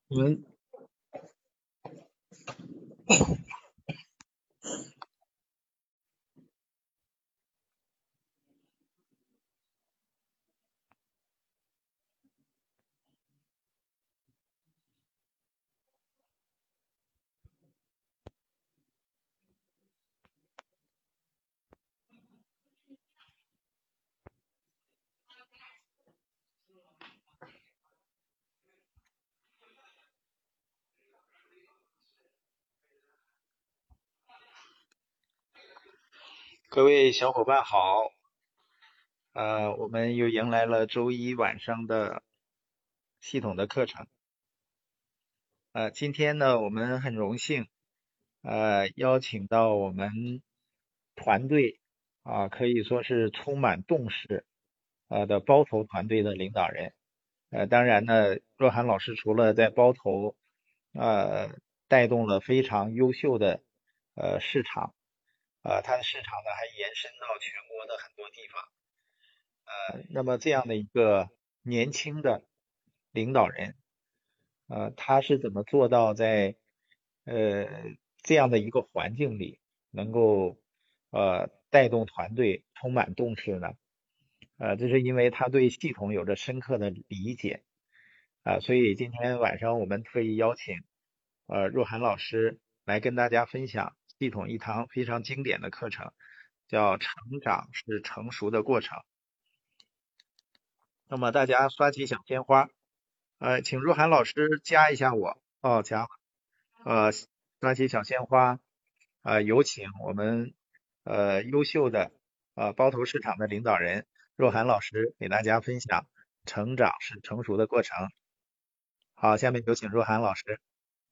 嗯，各位小伙伴好，我们又迎来了周一晚上的系统的课程。今天呢，我们很荣幸，邀请到我们团队可以说是充满动势的包头团队的领导人。当然呢，若涵老师除了在包头呃带动了非常优秀的市场，它的市场呢还延伸到全国的很多地方。那么这样的一个年轻的领导人，他是怎么做到在呃这样的一个环境里，能够带动团队充满动势呢？这是因为他对系统有着深刻的理解所以今天晚上我们特意邀请若涵老师来跟大家分享系统一堂非常经典的课程，叫“成长是成熟的过程”。那么大家刷起小鲜花，请若涵老师加一下我。哦，加了。刷起小鲜花。有请我们优秀的包头市场的领导人若涵老师给大家分享成长是成熟的过程。好，下面有请若涵老师。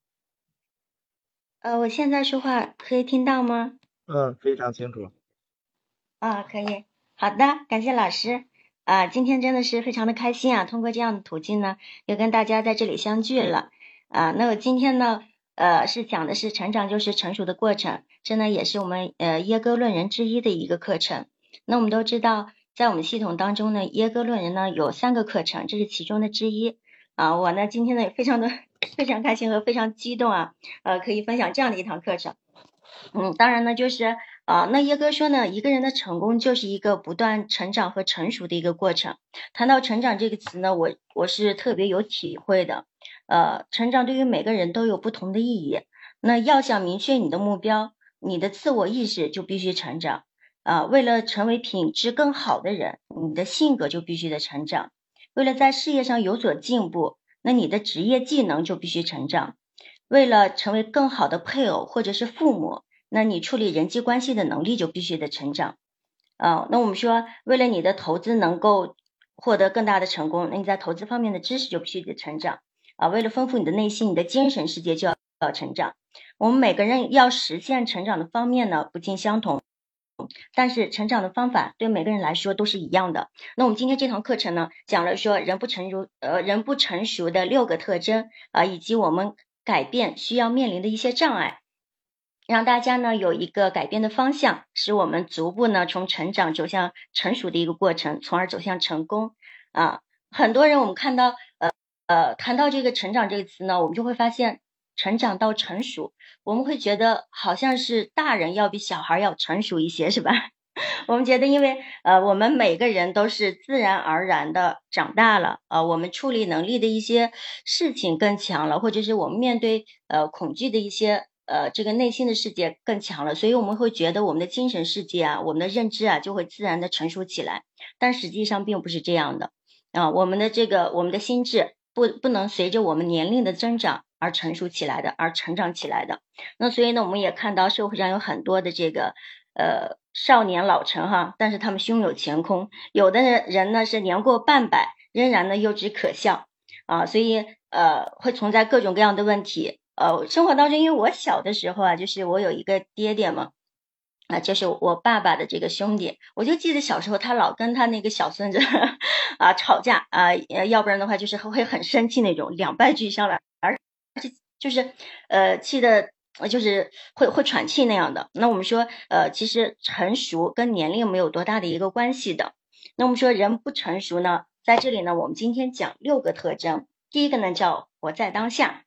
我现在说话可以听到吗？ 非常清楚。 可以。好的，感谢老师。今天真的是非常的开心啊，通过这样的途径呢，又跟大家在这里相聚了。那我今天呢，是讲的是成长就是成熟的过程，这呢也是我们耶歌论人之一的一个课程。那我们都知道，在我们系统当中呢，耶歌论人呢有3个课程，这是其中的之一。我呢今天呢也非常开心和非常激动啊，可以分享这样的一堂课程。当然呢，就是那耶哥说呢，一个人的成功就是一个不断成长和成熟的一个过程。谈到成长这个词呢，我是特别有体会的。成长对于每个人都有不同的意义。那要想明确你的目标，你的自我意识就必须成长。为了成为品质更好的人，你的性格就必须得成长。为了在事业上有所进步，那你的职业技能就必须成长。为了成为更好的配偶或者是父母，那你处理人际关系的能力就必须得成长。那我们说，为了你的投资能够获得更大的成功，那你在投资方面的知识就必须得成长。为了丰富你的内心，你的精神世界就要成长。我们每个人要实现成长的方面呢，不尽相同，但是成长的方法对每个人来说都是一样的。那我们今天这堂课程呢，讲了说人不成熟的6个特征以及我们改变需要面临的一些障碍。让大家呢有一个改变的方向，使我们逐步呢从成长走向成熟的一个过程，从而走向成功。很多人我们看到谈到这个成长这个词呢，我们就会发现成长到成熟，我们会觉得好像是大人要比小孩要成熟一些，是吧？我们觉得，因为我们每个人都是自然而然的长大了，我们处理能力的一些事情更强了，或者是我们面对恐惧的一些这个内心的世界更强了，所以我们会觉得我们的精神世界我们的认知就会自然的成熟起来，但实际上并不是这样的我们的心智不能随着我们年龄的增长而成熟起来的，而成长起来的。那所以呢，我们也看到社会上有很多的这个少年老成哈，但是他们胸有乾坤，有的人呢是年过半百，仍然呢幼稚可笑所以会存在各种各样的问题。生活当中，因为我小的时候就是我有一个爹爹嘛，就是我爸爸的这个兄弟，我就记得小时候他老跟他那个小孙子吵架要不然的话就是会很生气那种，两败俱伤了，而且就是气的。就是会喘气那样的。那我们说，其实成熟跟年龄没有多大的一个关系的。那我们说人不成熟呢，在这里呢，我们今天讲6个特征。第一个呢叫活在当下。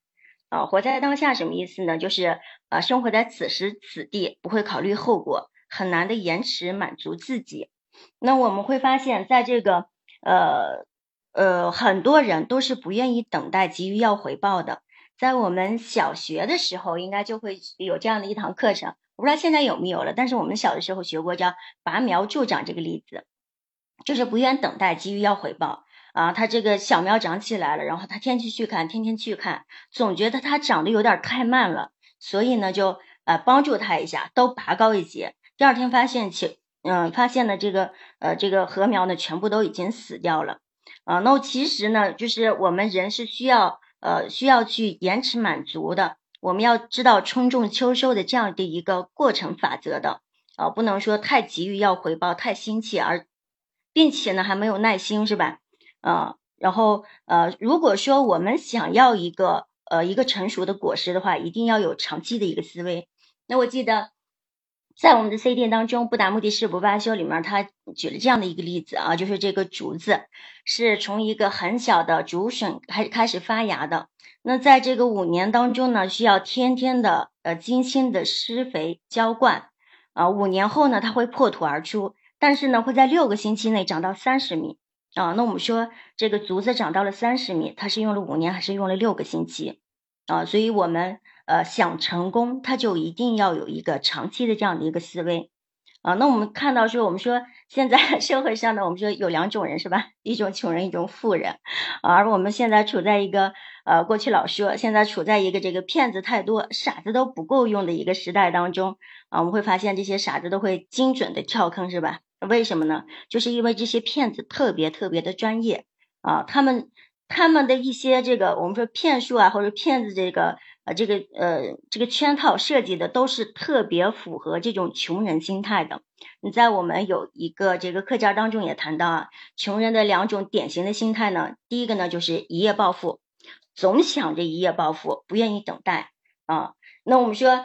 活在当下什么意思呢？就是生活在此时此地，不会考虑后果，很难的延迟满足自己。那我们会发现，在这个很多人都是不愿意等待，急于要回报的。在我们小学的时候，应该就会有这样的一堂课程，我不知道现在有没有了，但是我们小的时候学过叫拔苗助长这个例子，就是不愿等待，急于要回报。他这个小苗长起来了，然后他天天去看，总觉得它长得有点太慢了，所以呢就帮助他一下，都拔高一截。第二天发现呢这个禾苗呢全部都已经死掉了。那其实呢就是我们人是需要去延迟满足的，我们要知道春种秋收的这样的一个过程法则的。不能说太急于要回报，太心切，并且呢还没有耐心，是吧？然后如果说我们想要一个成熟的果实的话，一定要有长期的一个思维。那我记得在我们的 CD 当中，不达目的誓不罢休里面，他举了这样的一个例子啊，就是这个竹子是从一个很小的竹笋开始发芽的。那在这个5年当中呢，需要天天的精心的施肥浇灌5年后呢，它会破土而出，但是呢会在6个星期内长到30米。那我们说这个竹子长到了30米，它是用了5年还是用了6个星期所以我们想成功，它就一定要有一个长期的这样的一个思维那我们看到说，我们说现在社会上呢，我们说有2种人是吧？一种穷人，一种富人而我们现在处在一个过去老说现在处在一个这个骗子太多，傻子都不够用的一个时代当中我们会发现这些傻子都会精准的跳坑是吧？为什么呢？就是因为这些骗子特别的专业他们的一些这个我们说骗术或者骗子这个圈套设计的都是特别符合这种穷人心态的。你在我们有一个这个课件当中也谈到穷人的2种典型的心态呢，第一个呢就是一夜暴富，总想着一夜暴富，不愿意等待那我们说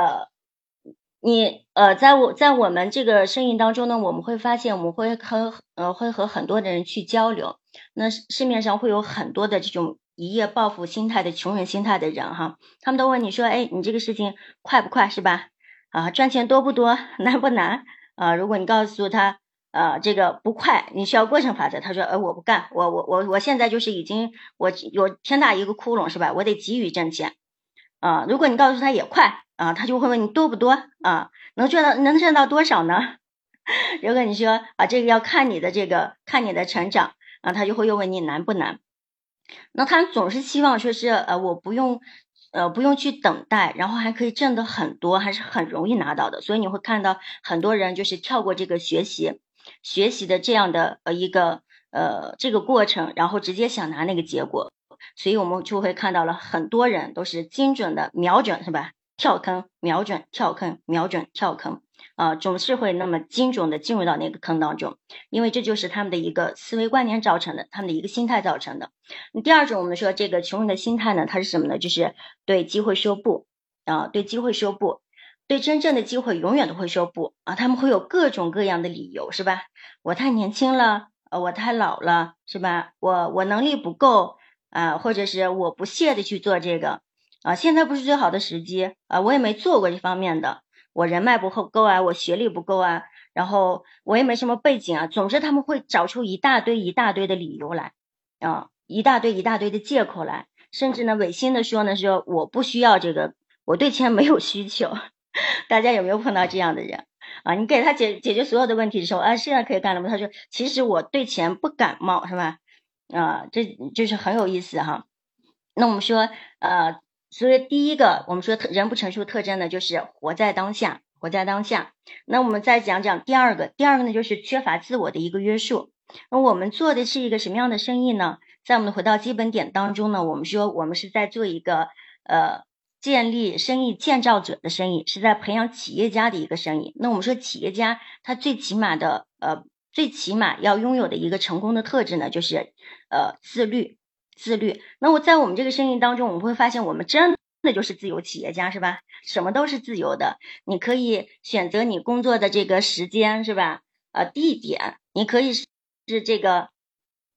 在我们这个生意当中呢，我们会发现我们会和很多的人去交流，那市面上会有很多的这种一夜暴富心态的穷人心态的人他们都问你说你这个事情快不快是吧？赚钱多不多？难不难？如果你告诉他这个不快，你需要过程法则，他说我不干，我现在就是已经我天大一个窟窿是吧？我得急于挣钱如果你告诉他也快他就会问你多不多能挣到多少呢？如果你说这个要看你的成长他就会又问你难不难？那他总是希望说是我不用去等待，然后还可以挣得很多，还是很容易拿到的。所以你会看到很多人就是跳过这个学习的这样的一个这个过程，然后直接想拿那个结果。所以我们就会看到了很多人都是精准的瞄准是吧？跳坑瞄准跳坑瞄准跳坑总是会那么精准的进入到那个坑当中，因为这就是他们的一个思维观念造成的，他们的一个心态造成的。第二种我们说这个穷人的心态呢，它是什么呢？就是对机会说不对机会说不，对真正的机会永远都会说不他们会有各种各样的理由是吧？我太年轻了我太老了是吧？我能力不够或者是我不屑的去做这个现在不是最好的时机我也没做过这方面的，我人脉不够我学历不够然后我也没什么背景总之他们会找出一大堆的理由来一大堆的借口来，甚至呢违心的说呢说我不需要这个，我对钱没有需求大家有没有碰到这样的人你给他解决所有的问题的时候现在可以干了吗？他说其实我对钱不感冒是吧？这就是很有意思那我们说所以第一个我们说人不成熟特征呢就是活在当下。那我们再讲讲第二个呢就是缺乏自我的一个约束。那我们做的是一个什么样的生意呢？在我们回到基本点当中呢，我们说我们是在做一个建立生意建造者的生意，是在培养企业家的一个生意。那我们说企业家他最起码要拥有的一个成功的特质呢，就是自律。那在我们这个生意当中，我们会发现我们真的就是自由企业家是吧？什么都是自由的，你可以选择你工作的这个时间是吧？地点，你可以是这个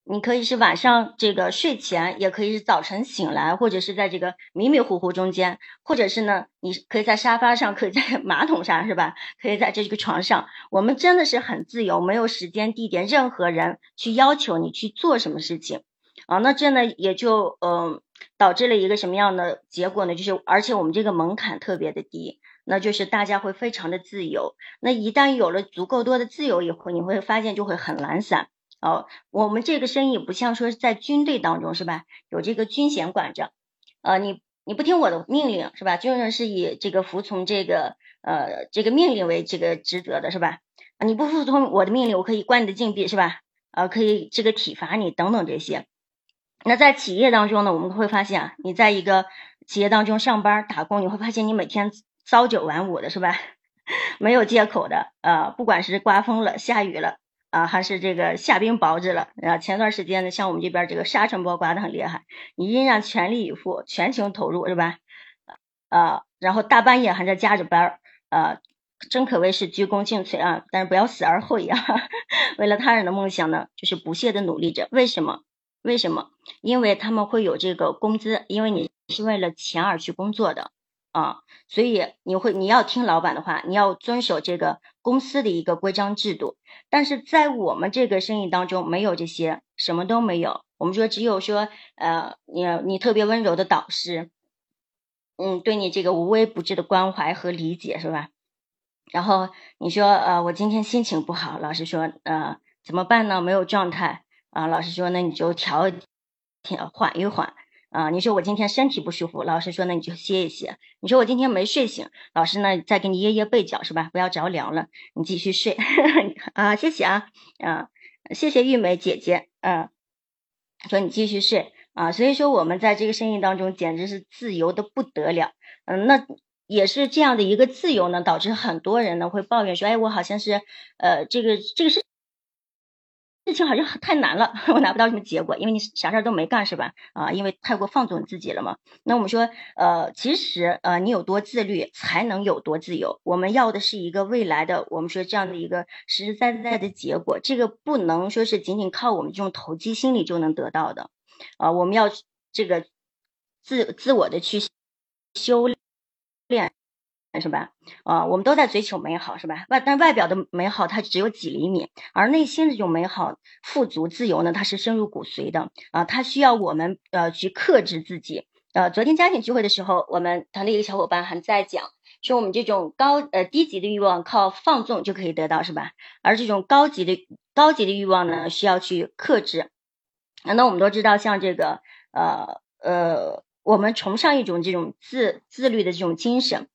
你可以是晚上这个睡前，也可以是早晨醒来，或者是在这个迷迷糊糊中间，或者是呢，你可以在沙发上，可以在马桶上，是吧？可以在这个床上，我们真的是很自由，没有时间、地点，任何人去要求你去做什么事情啊。那这呢，也就导致了一个什么样的结果呢？就是而且我们这个门槛特别的低，那就是大家会非常的自由。那一旦有了足够多的自由以后，你会发现就会很懒散。我们这个生意不像说是在军队当中是吧？有这个军衔管着，你不听我的命令是吧？军人是以这个服从这个命令为这个职责的是吧？你不服从我的命令，我可以关你的禁闭是吧？可以这个体罚你等等这些。那在企业当中呢，我们会发现啊，你在一个企业当中上班打工，你会发现你每天朝九晚五的是吧？没有借口的，不管是刮风了、下雨了。还是这个下冰雹子了前段时间呢，像我们这边这个沙尘暴刮得很厉害，你依然全力以赴、全情投入，是吧？然后大半夜还在加着班真可谓是鞠躬尽瘁啊！但是不要死而后已啊！为了他人的梦想呢，就是不懈的努力着。为什么？为什么？因为他们会有这个工资，因为你是为了钱而去工作的。所以你要听老板的话，你要遵守这个公司的一个规章制度。但是在我们这个生意当中，没有这些，什么都没有。我们说只有说，你特别温柔的导师，对你这个无微不至的关怀和理解，是吧？然后你说，我今天心情不好，老师说，怎么办呢？没有状态老师说，那你就缓一缓。你说我今天身体不舒服，老师说那你就歇一歇。你说我今天没睡醒，老师呢再给你掖被角是吧？不要着凉了，你继续睡谢谢谢谢玉梅姐姐，说你继续睡所以说我们在这个生意当中简直是自由的不得了，那也是这样的一个自由呢，导致很多人呢会抱怨说，哎，我好像是这个事情好像太难了，我拿不到什么结果，因为你啥事儿都没干是吧？因为太过放纵自己了嘛。那我们说，其实你有多自律，才能有多自由。我们要的是一个未来的，我们说这样的一个实实在在的结果，这个不能说是仅仅靠我们这种投机心理就能得到的。我们要这个自我的去修炼。是吧？我们都在追求美好，是吧？但外表的美好它只有几厘米，而内心的这种美好、富足、自由呢，它是深入骨髓的它需要我们去克制自己。昨天家庭聚会的时候，我们团队一个小伙伴还在讲，说我们这种低级的欲望靠放纵就可以得到，是吧？而这种高级的欲望呢，需要去克制。那我们都知道，像这个我们崇尚一种这种自律的这种精神。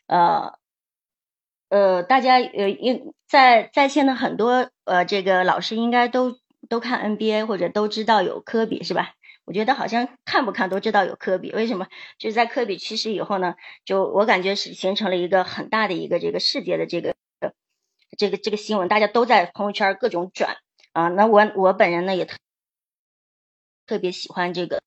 大家在线的很多这个老师应该都看 NBA 或者都知道有科比是吧？我觉得好像看不看都知道有科比，为什么？就是在科比去世以后呢，就我感觉是形成了一个很大的一个这个世界的这个新闻，大家都在朋友圈各种转那我本人呢也特别喜欢这个。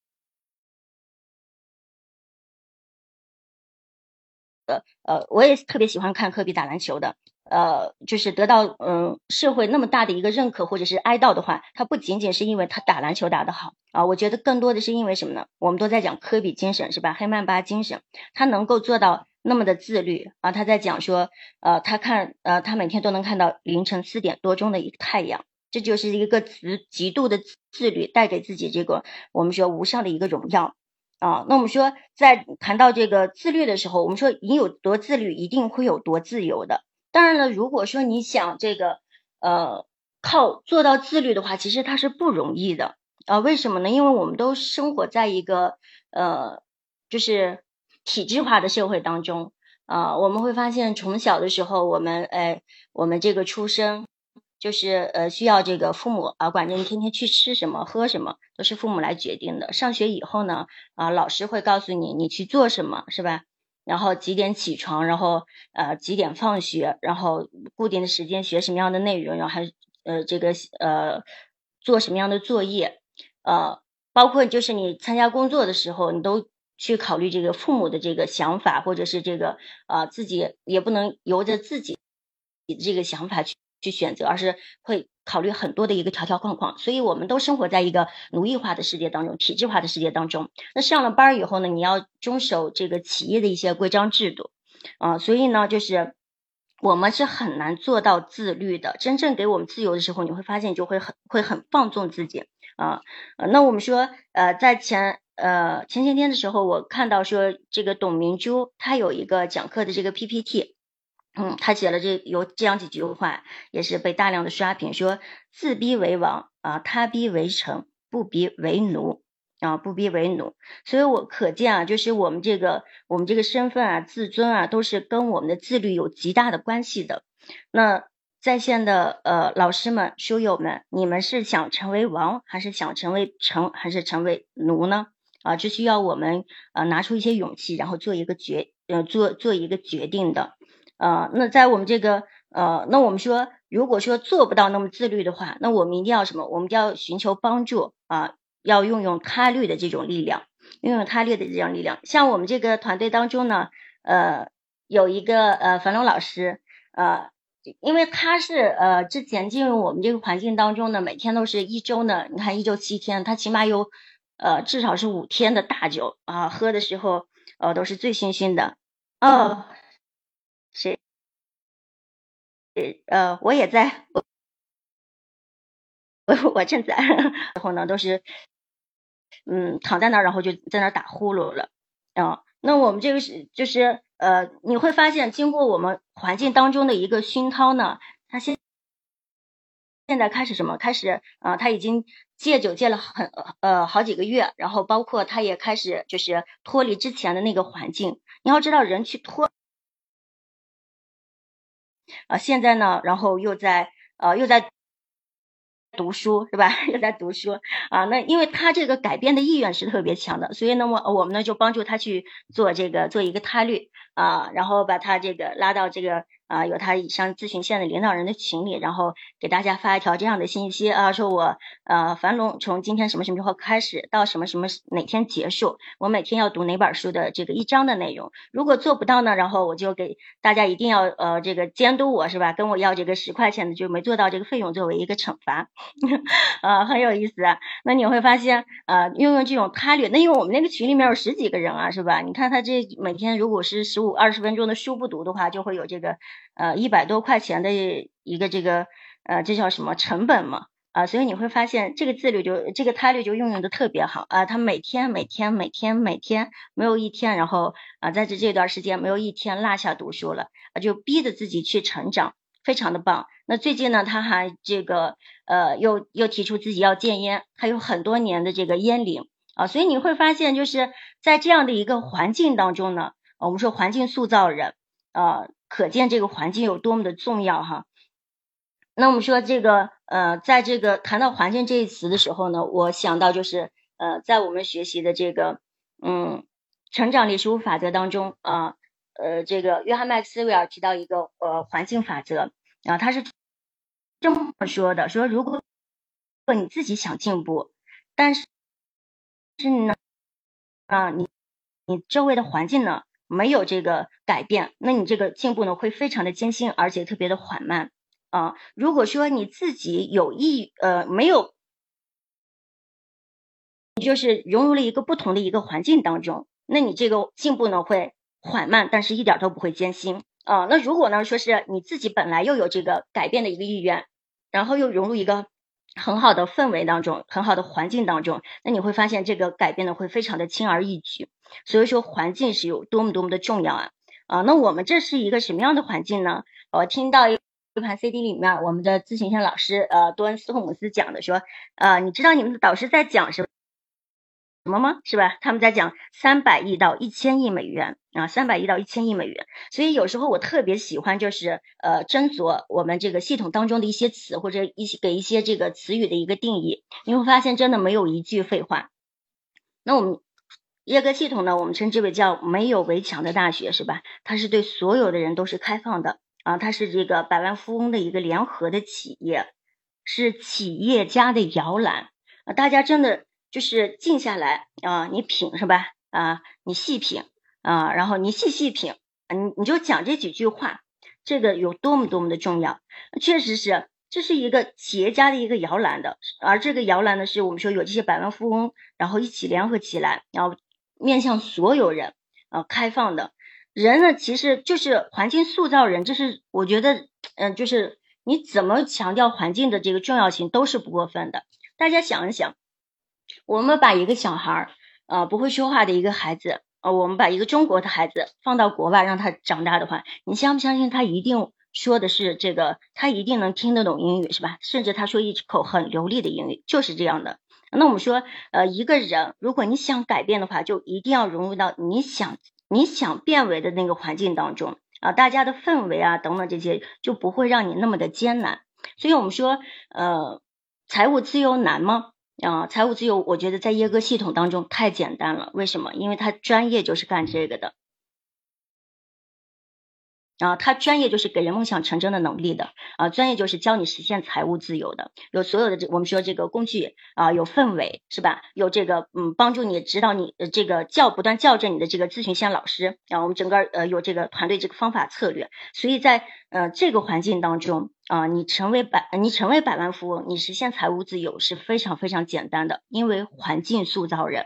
我也特别喜欢看科比打篮球的，就是得到社会那么大的一个认可或者是哀悼的话，他不仅仅是因为他打篮球打得好我觉得更多的是因为什么呢？我们都在讲科比精神是吧？黑曼巴精神，他能够做到那么的自律他在讲说他每天都能看到凌晨4点多钟的一个太阳，这就是一个极度的自律，带给自己这个我们说无上的一个荣耀。那我们说，在谈到这个自律的时候，我们说你有多自律，一定会有多自由的。当然了，如果说你想这个靠做到自律的话，其实它是不容易的为什么呢？因为我们都生活在一个就是体制化的社会当中我们会发现从小的时候，我们这个出生。就是需要这个父母管着你天天去吃什么喝什么，都是父母来决定的。上学以后呢老师会告诉你去做什么，是吧？然后几点起床，然后几点放学，然后固定的时间学什么样的内容，然后还做什么样的作业包括就是你参加工作的时候，你都去考虑这个父母的这个想法，或者是这个自己也不能由着自己的这个想法去选择，而是会考虑很多的一个条条框框。所以我们都生活在一个奴役化的世界当中，体制化的世界当中。那上了班以后呢，你要遵守这个企业的一些规章制度所以呢，就是我们是很难做到自律的。真正给我们自由的时候，你会发现就会很放纵自己那我们说在前些天的时候，我看到说这个董明珠她有一个讲课的这个 PPT。他写了有这样几句话，也是被大量的刷屏，说自逼为王他逼为臣，不逼为奴不逼为奴。所以我可见就是我们这个身份自尊都是跟我们的自律有极大的关系的。那在线的老师们、书友们，你们是想成为王，还是想成为臣，还是成为奴呢？这需要我们拿出一些勇气，然后做一个做一个决定的。那在我们这个那我们说，如果说做不到那么自律的话，那我们一定要什么？我们就要寻求帮助要运用他律的这种力量，像我们这个团队当中呢，有一个樊龙老师，因为他是之前进入我们这个环境当中呢，每天都是一周呢，你看一周7天，他起码有至少是5天的大酒喝的时候都是醉醺醺的我也在，我正在，然后呢都是躺在那儿，然后就在那儿打呼噜了那我们这个就是你会发现经过我们环境当中的一个熏陶呢，他现在开始什么？开始他已经戒酒戒了好几个月，然后包括他也开始就是脱离之前的那个环境。你要知道人去脱现在呢，然后又在读书是吧？又在读书那因为他这个改变的意愿是特别强的，所以呢，我们呢就帮助他去做一个他律然后把他这个拉到这个有他以上咨询线的领导人的群里，然后给大家发一条这样的信息说我樊龙从今天什么时候开始到什么哪天结束，我每天要读哪本书的这个1章的内容。如果做不到呢，然后我就给大家一定要这个监督我是吧？跟我要这个10块钱的，就没做到这个费用作为一个惩罚很有意思那你会发现运用这种他律，那因为我们那个群里面有10几个人是吧？你看他这每天如果是15、20分钟的书不读的话，就会有这个100多块钱的一个这个这叫什么成本嘛所以你会发现这个这个他律就运用的特别好他每天没有一天，然后在这段时间没有一天落下读书了就逼着自己去成长，非常的棒。那最近呢，他还这个又提出自己要戒烟，还有很多年的这个烟龄所以你会发现就是在这样的一个环境当中呢，我们说环境塑造人可见这个环境有多么的重要哈。那我们说这个在这个谈到环境这一词的时候呢，我想到就是在我们学习的这个成长力15法则当中这个约翰麦克斯韦尔提到一个环境法则他是这么说的，说如果你自己想进步，但是呢你周围的环境呢没有这个改变，那你这个进步呢会非常的艰辛，而且特别的缓慢如果说你自己没有你就是融入了一个不同的一个环境当中，那你这个进步呢会缓慢，但是一点都不会艰辛那如果呢说是你自己本来又有这个改变的一个意愿，然后又融入一个很好的氛围当中，很好的环境当中，那你会发现这个改变呢会非常的轻而易举。所以说环境是有多么多么的重要那我们这是一个什么样的环境呢？我听到一盘 CD 里面我们的咨询线老师多恩斯托姆斯讲的说你知道你们的导师在讲什么吗？是吧？他们在讲300亿到1000亿美元300亿到1000亿美元。所以有时候我特别喜欢就是斟酌我们这个系统当中的一些词，或者给一些这个词语的一个定义，你会发现真的没有一句废话。那我们耶格系统呢，我们称之为叫没有围墙的大学是吧？它是对所有的人都是开放的它是这个百万富翁的一个联合的企业，是企业家的摇篮大家真的就是静下来你品是吧你细品然后你细品你就讲这几句话， 这个有多么多么的重要。确实是，这是一个企业家的一个摇篮的，而这个摇篮呢，是我们说有这些百万富翁，然后一起联合起来，然后面向所有人，开放的。人呢，其实就是环境塑造人，这是我觉得，就是你怎么强调环境的这个重要性都是不过分的。大家想一想，我们把一个小孩不会说话的一个孩子，我们把一个中国的孩子放到国外让他长大的话，你相不相信他一定说的是这个，他一定能听得懂英语，是吧？甚至他说一口很流利的英语，就是这样的。那我们说，一个人如果你想改变的话，就一定要融入到你想变为的那个环境当中啊，大家的氛围啊等等这些就不会让你那么的艰难。所以我们说，财务自由难吗？财务自由，我觉得在耶哥系统当中太简单了。为什么？因为他专业就是干这个的。他专业就是给人梦想成真的能力的，专业就是教你实现财务自由的，有所有的我们说这个工具有氛围是吧？有这个帮助你指导你这个不断校正你的这个咨询线老师，我们整个有这个团队这个方法策略，所以在这个环境当中你成为百万富翁，你实现财务自由是非常非常简单的，因为环境塑造人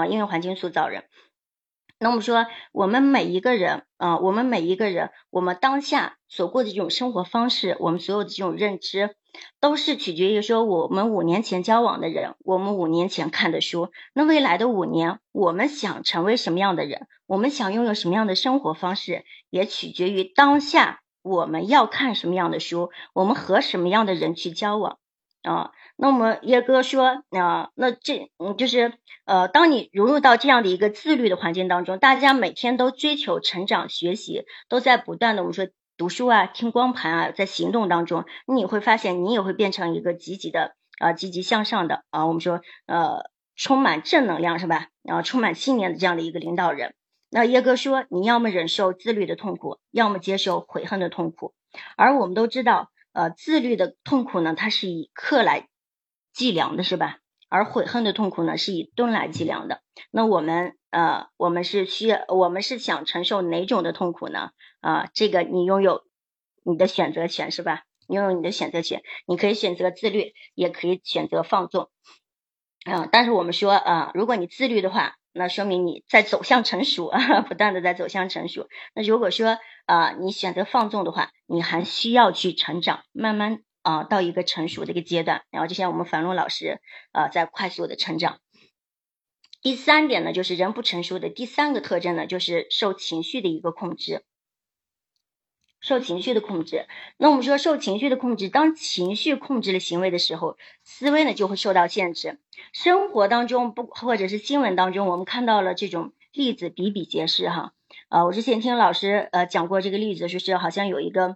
那我们说，我们每一个人，我们当下所过的这种生活方式，我们所有的这种认知，都是取决于说我们5年前交往的人，我们5年前看的书。那未来的5年，我们想成为什么样的人，我们想拥有什么样的生活方式，也取决于当下我们要看什么样的书，我们和什么样的人去交往那我们耶哥说那这就是当你融入到这样的一个自律的环境当中，大家每天都追求成长学习，都在不断的我们说读书啊听光盘在行动当中，你会发现你也会变成一个积极向上的我们说充满正能量是吧充满信念的这样的一个领导人。那耶哥说，你要么忍受自律的痛苦，要么接受悔恨的痛苦。而我们都知道自律的痛苦呢，它是以克来计量的是吧？而悔恨的痛苦呢，是以吨来计量的。那我们是想承受哪种的痛苦呢？这个你拥有你的选择权是吧？你拥有你的选择权，你可以选择自律，也可以选择放纵。但是我们说如果你自律的话，那说明你在走向成熟不断的在走向成熟。那如果说你选择放纵的话，你还需要去成长，慢慢到一个成熟的一个阶段，然后就像我们樊龙老师在快速的成长。第3点呢，就是人不成熟的第3个特征呢，就是受情绪的一个控制。受情绪的控制，那我们说受情绪的控制，当情绪控制了行为的时候，思维呢就会受到限制。生活当中或者是新闻当中，我们看到了这种例子比比皆是哈。我之前听老师讲过这个例子，就是好像有一个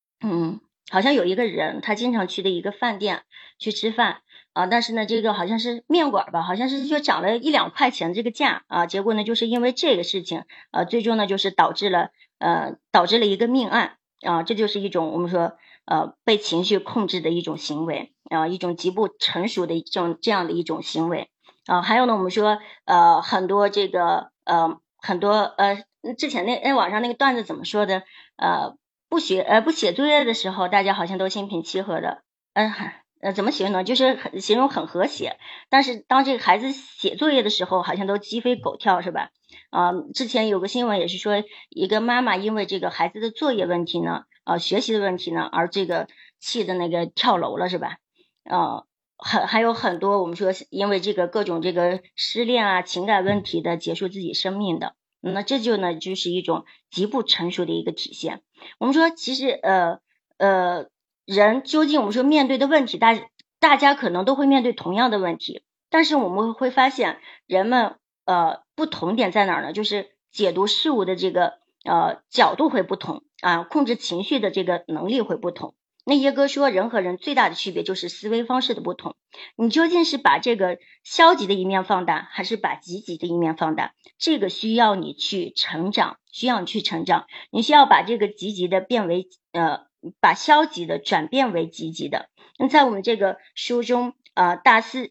人，他经常去的一个饭店去吃饭但是呢这个好像是面馆吧，好像是就涨了1-2块钱这个价结果呢就是因为这个事情最终呢就是导致了一个命案这就是一种我们说被情绪控制的一种行为一种极不成熟的这样的一种行为还有呢我们说很多这个之前网上那个段子怎么说的不写作业的时候大家好像都心平气和的怎么形容呢？就是形容很和谐，但是当这个孩子写作业的时候好像都鸡飞狗跳是吧之前有个新闻也是说一个妈妈因为这个孩子的作业问题呢学习的问题呢而这个气的那个跳楼了是吧还有很多我们说因为这个各种这个失恋情感问题的结束自己生命的那这就是一种极不成熟的一个体现。我们说其实人究竟我们说面对的问题大家可能都会面对同样的问题，但是我们会发现人们不同点在哪儿呢？就是解读事物的这个角度会不同控制情绪的这个能力会不同。那耶哥说人和人最大的区别就是思维方式的不同，你究竟是把这个消极的一面放大还是把积极的一面放大，这个需要你去成长，你需要把这个积极的变为把消极的转变为积极的。那在我们这个书中大师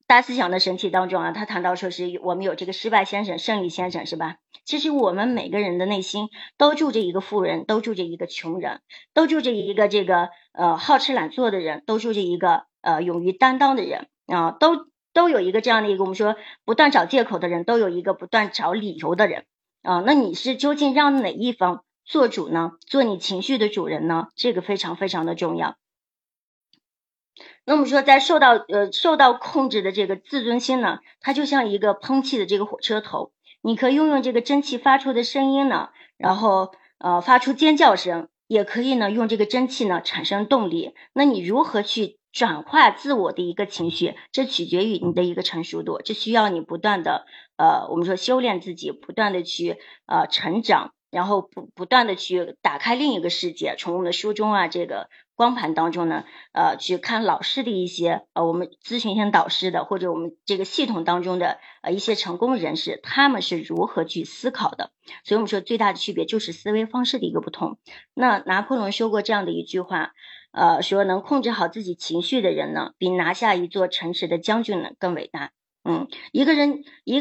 大思想的神奇当中啊，他谈到说是我们有这个失败先生、胜利先生，是吧？其实我们每个人的内心都住着一个富人，都住着一个穷人，都住着一个这个好吃懒做的人，都住着一个勇于担当的人啊，都有一个这样的一个我们说不断找借口的人，都有一个不断找理由的人啊。那你是究竟让哪一方做主呢？做你情绪的主人呢？这个非常非常的重要。那我们说，在受到控制的这个自尊心呢，它就像一个喷气的这个火车头，你可以用这个蒸汽发出的声音呢，然后发出尖叫声，也可以呢用这个蒸汽呢产生动力。那你如何去转化自我的一个情绪，这取决于你的一个成熟度，这需要你不断的我们说修炼自己，不断的去成长。然后不断的去打开另一个世界，从我们的书中啊这个光盘当中呢，去看老师的一些我们咨询一些导师的，或者我们这个系统当中的一些成功人士，他们是如何去思考的。所以我们说最大的区别就是思维方式的一个不同。那拿破仑说过这样的一句话，说能控制好自己情绪的人呢，比拿下一座城池的将军呢更伟大。一个人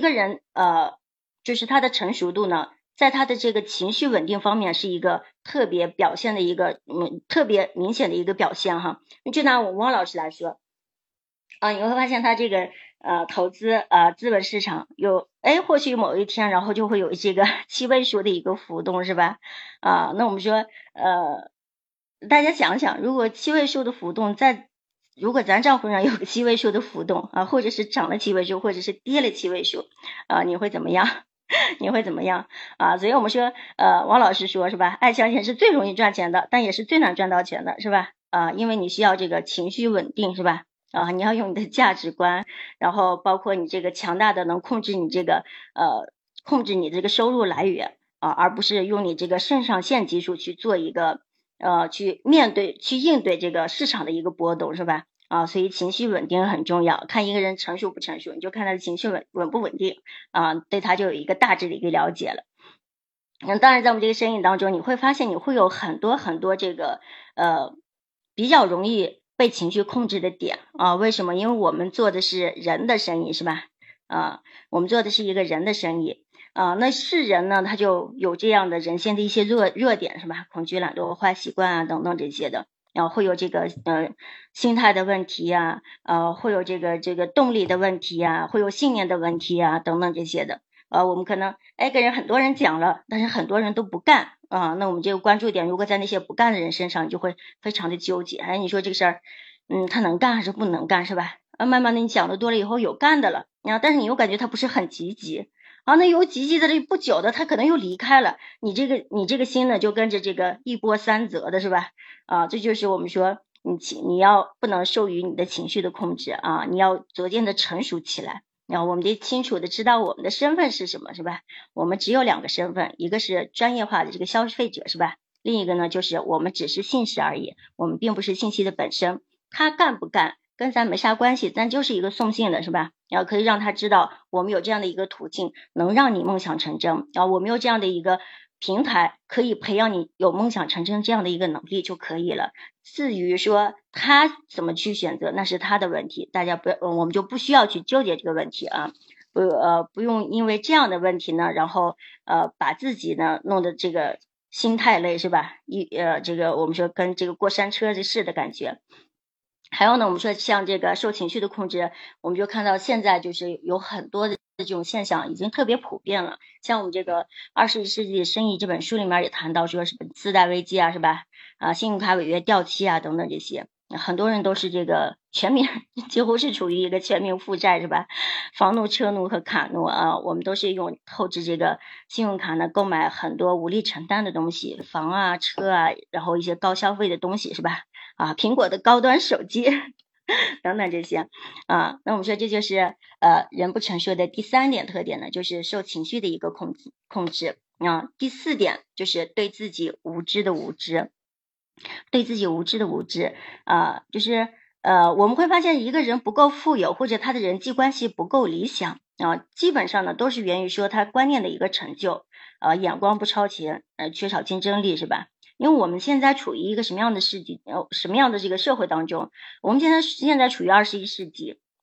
就是他的成熟度呢，在他的这个情绪稳定方面是一个特别表现的一个特别明显的一个表现哈。就拿我汪老师来说你会发现他这个投资资本市场或许某一天然后就会有这个7位数的一个浮动，是吧？那我们说大家想想，如果7位数的浮动如果咱账户上有个7位数的浮动或者是涨了7位数，或者是跌了7位数你会怎么样？你会怎么样所以我们说王老师说是吧，爱相钱是最容易赚钱的，但也是最难赚到钱的，是吧？因为你需要这个情绪稳定，是吧？你要用你的价值观，然后包括你这个强大的能控制你这个控制你这个收入来源而不是用你这个肾上腺技术去做一个去应对这个市场的一个波动，是吧？所以情绪稳定很重要，看一个人成熟不成熟，你就看他的情绪稳不稳定对他就有一个大致的一个了解了。当然在我们这个生意当中，你会发现你会有很多很多这个比较容易被情绪控制的点为什么？因为我们做的是人的生意，是吧？我们做的是一个人的生意那是人呢，他就有这样的人性的一些弱点，是吧？恐惧、懒惰、坏习惯等等这些的，然后会有这个心态的问题会有这个动力的问题会有信念的问题等等这些的我们可能跟很多人讲了，但是很多人都不干那我们这个关注点如果在那些不干的人身上，你就会非常的纠结你说这个事儿他能干还是不能干，是吧？慢慢的你讲的多了以后有干的了但是你又感觉他不是很积极那有积极的不久的他可能又离开了你这个心呢就跟着这个一波三折的，是吧？这就是我们说你要不能受于你的情绪的控制你要逐渐的成熟起来然后我们得清楚的知道我们的身份是什么，是吧？我们只有2个身份，一个是专业化的这个消费者，是吧？另一个呢就是我们只是信息而已，我们并不是信息的本身，他干不干跟咱没啥关系，咱就是一个送信的，是吧？然后可以让他知道我们有这样的一个途径能让你梦想成真我们有这样的一个平台可以培养你有梦想成真这样的一个能力就可以了。至于说他怎么去选择，那是他的问题，大家我们就不需要去纠结这个问题不用因为这样的问题呢，然后把自己呢弄得这个心太累，是吧？这个我们说跟这个过山车似的感觉。还有呢，我们说像这个受情绪的控制，我们就看到现在就是有很多的这种现象已经特别普遍了。像我们这个21世纪生意这本书里面也谈到说是次贷危机是吧？信用卡违约掉期等等这些，很多人都是这个全民几乎是处于一个全民负债，是吧？房奴、车奴和卡奴我们都是用透支这个信用卡呢购买很多无力承担的东西，房车然后一些高消费的东西，是吧？苹果的高端手机等等这些那我们说这就是人不成熟的第3点特点呢，就是受情绪的一个控制第4点就是对自己无知的无知，对自己无知的无知就是我们会发现一个人不够富有，或者他的人际关系不够理想基本上呢都是源于说他观念的一个成就眼光不超前缺少竞争力，是吧？因为我们现在处于一个什么样的世纪什么样的这个社会当中，我们现在处于21世纪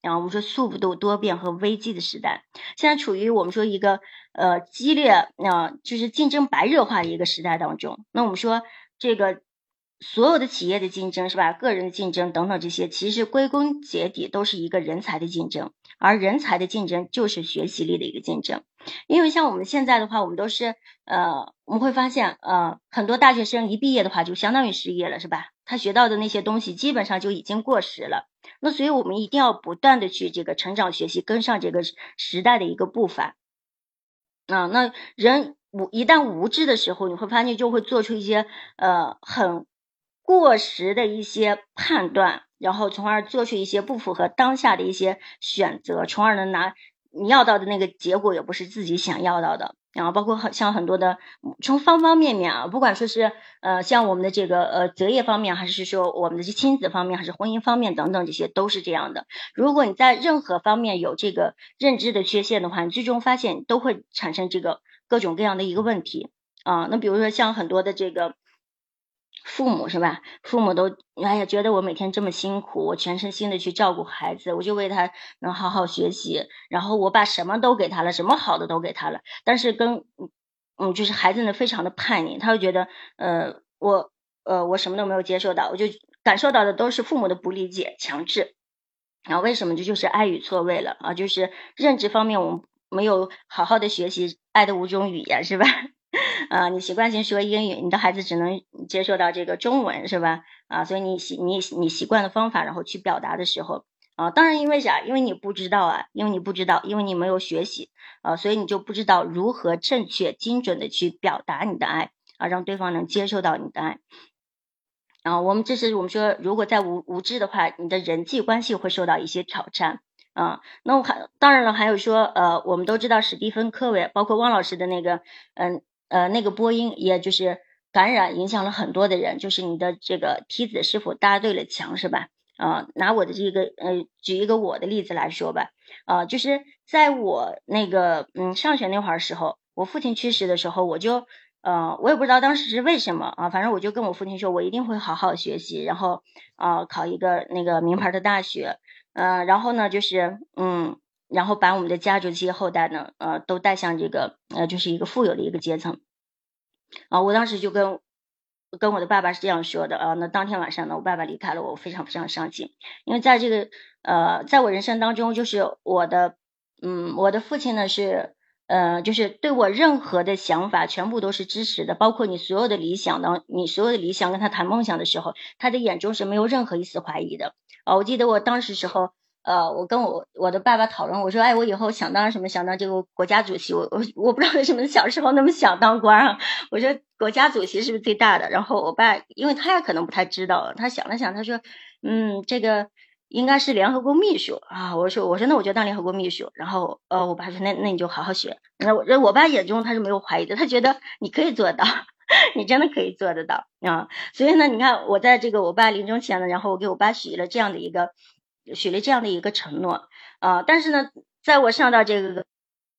然后我们说速度多变和危机的时代，现在处于我们说一个激烈就是竞争白热化的一个时代当中。那我们说这个所有的企业的竞争是吧，个人的竞争等等这些，其实归根结底都是一个人才的竞争，而人才的竞争就是学习力的一个竞争。因为像我们现在的话，我们都是我们会发现很多大学生一毕业的话就相当于失业了，是吧？他学到的那些东西基本上就已经过时了。那所以我们一定要不断的去这个成长学习，跟上这个时代的一个步伐。那人一旦无知的时候，你会发现就会做出一些很过时的一些判断，然后从而做出一些不符合当下的一些选择，从而能拿你要到的那个结果也不是自己想要到的。然后包括像很多的从方方面面不管说是像我们的这个择业方面，还是说我们的亲子方面，还是婚姻方面等等，这些都是这样的。如果你在任何方面有这个认知的缺陷的话，你最终发现都会产生这个各种各样的一个问题那比如说像很多的这个父母是吧？父母都觉得我每天这么辛苦，我全身心的去照顾孩子，我就为他能好好学习，然后我把什么都给他了，什么好的都给他了，但是就是孩子呢非常的叛逆，他会觉得我什么都没有接受到，我就感受到的都是父母的不理解、强制。然后为什么这就是爱与错位了就是认知方面我们没有好好的学习爱的5种语言是吧？你习惯性说英语，你的孩子只能接受到这个中文是吧？所以你习惯的方法，然后去表达的时候当然因为啥？因为你不知道因为你没有学习所以你就不知道如何正确精准的去表达你的爱让对方能接受到你的爱。我们说，如果在无知的话，你的人际关系会受到一些挑战那当然了，还有说我们都知道史蒂芬科维，包括汪老师的那个那个播音，也就是感染影响了很多的人，就是你的这个梯子是否搭对了墙是吧？拿我的这个举一个我的例子来说吧就是在我那个上学那会儿时候，我父亲去世的时候，我也不知道当时是为什么反正我就跟我父亲说，我一定会好好学习，然后考一个那个名牌的大学然后呢就是然后把我们的家族这些后代呢都带向这个就是一个富有的一个阶层我当时就跟我的爸爸是这样说的那当天晚上呢，我爸爸离开了我，非常非常伤心，因为在这个在我人生当中，就是我的父亲呢是就是对我任何的想法全部都是支持的，包括你所有的理想呢，你所有的理想跟他谈梦想的时候，他的眼中是没有任何一丝怀疑的我记得我当时时候我跟我的爸爸讨论，我说我以后想当什么，想当这个国家主席，我不知道为什么小时候那么想当官我说国家主席是不是最大的？然后我爸因为他也可能不太知道，他想了想，他说这个应该是联合国秘书我说那我就当联合国秘书。然后我爸说那你就好好学。那我爸眼中他是没有怀疑的，他觉得你可以做到你真的可以做得到所以呢你看我在这个我爸临终前呢，然后我给我爸许了这样的一个承诺但是呢在我上到这个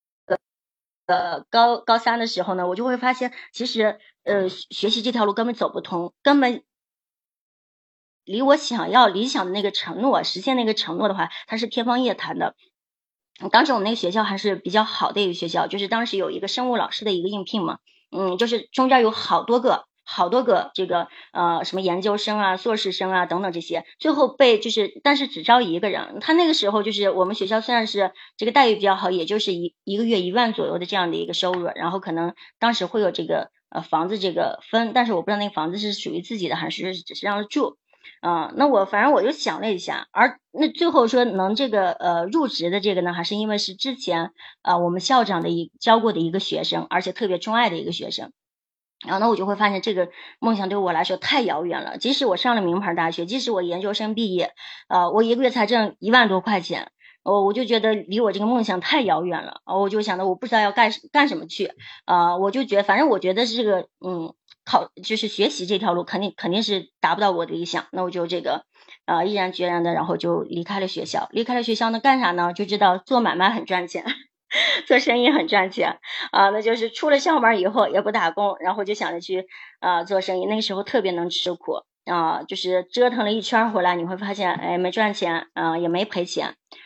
高三的时候呢，我就会发现其实学习这条路根本走不通，根本离我想要理想的那个承诺实现那个承诺的话，它是天方夜谭的。当时我们那个学校还是比较好的一个学校，就是当时有一个生物老师的一个应聘嘛就是中间有好多个这个什么研究生硕士生等等这些，最后但是只招一个人。他那个时候就是我们学校虽然是这个待遇比较好，也就是一个月1万左右的这样的一个收入，然后可能当时会有这个房子这个分，但是我不知道那个房子是属于自己的还是只是让他住那反正我就想了一下，而那最后说能这个入职的这个呢，还是因为是之前我们校长教过的一个学生，而且特别钟爱的一个学生。然后呢我就会发现这个梦想对我来说太遥远了，即使我上了名牌大学，即使我研究生毕业我一个月才挣1万多块钱我就觉得离我这个梦想太遥远了我就想到我不知道要干什么去我就觉得反正我觉得是这个就是学习这条路肯定是达不到我的理想，那我就这个毅然决然的然后就离开了学校呢干啥呢？就知道做买卖很赚钱做生意很赚钱那就是出了校门以后也不打工，然后就想着去做生意。那个时候特别能吃苦就是折腾了一圈回来，你会发现没赚钱也没赔钱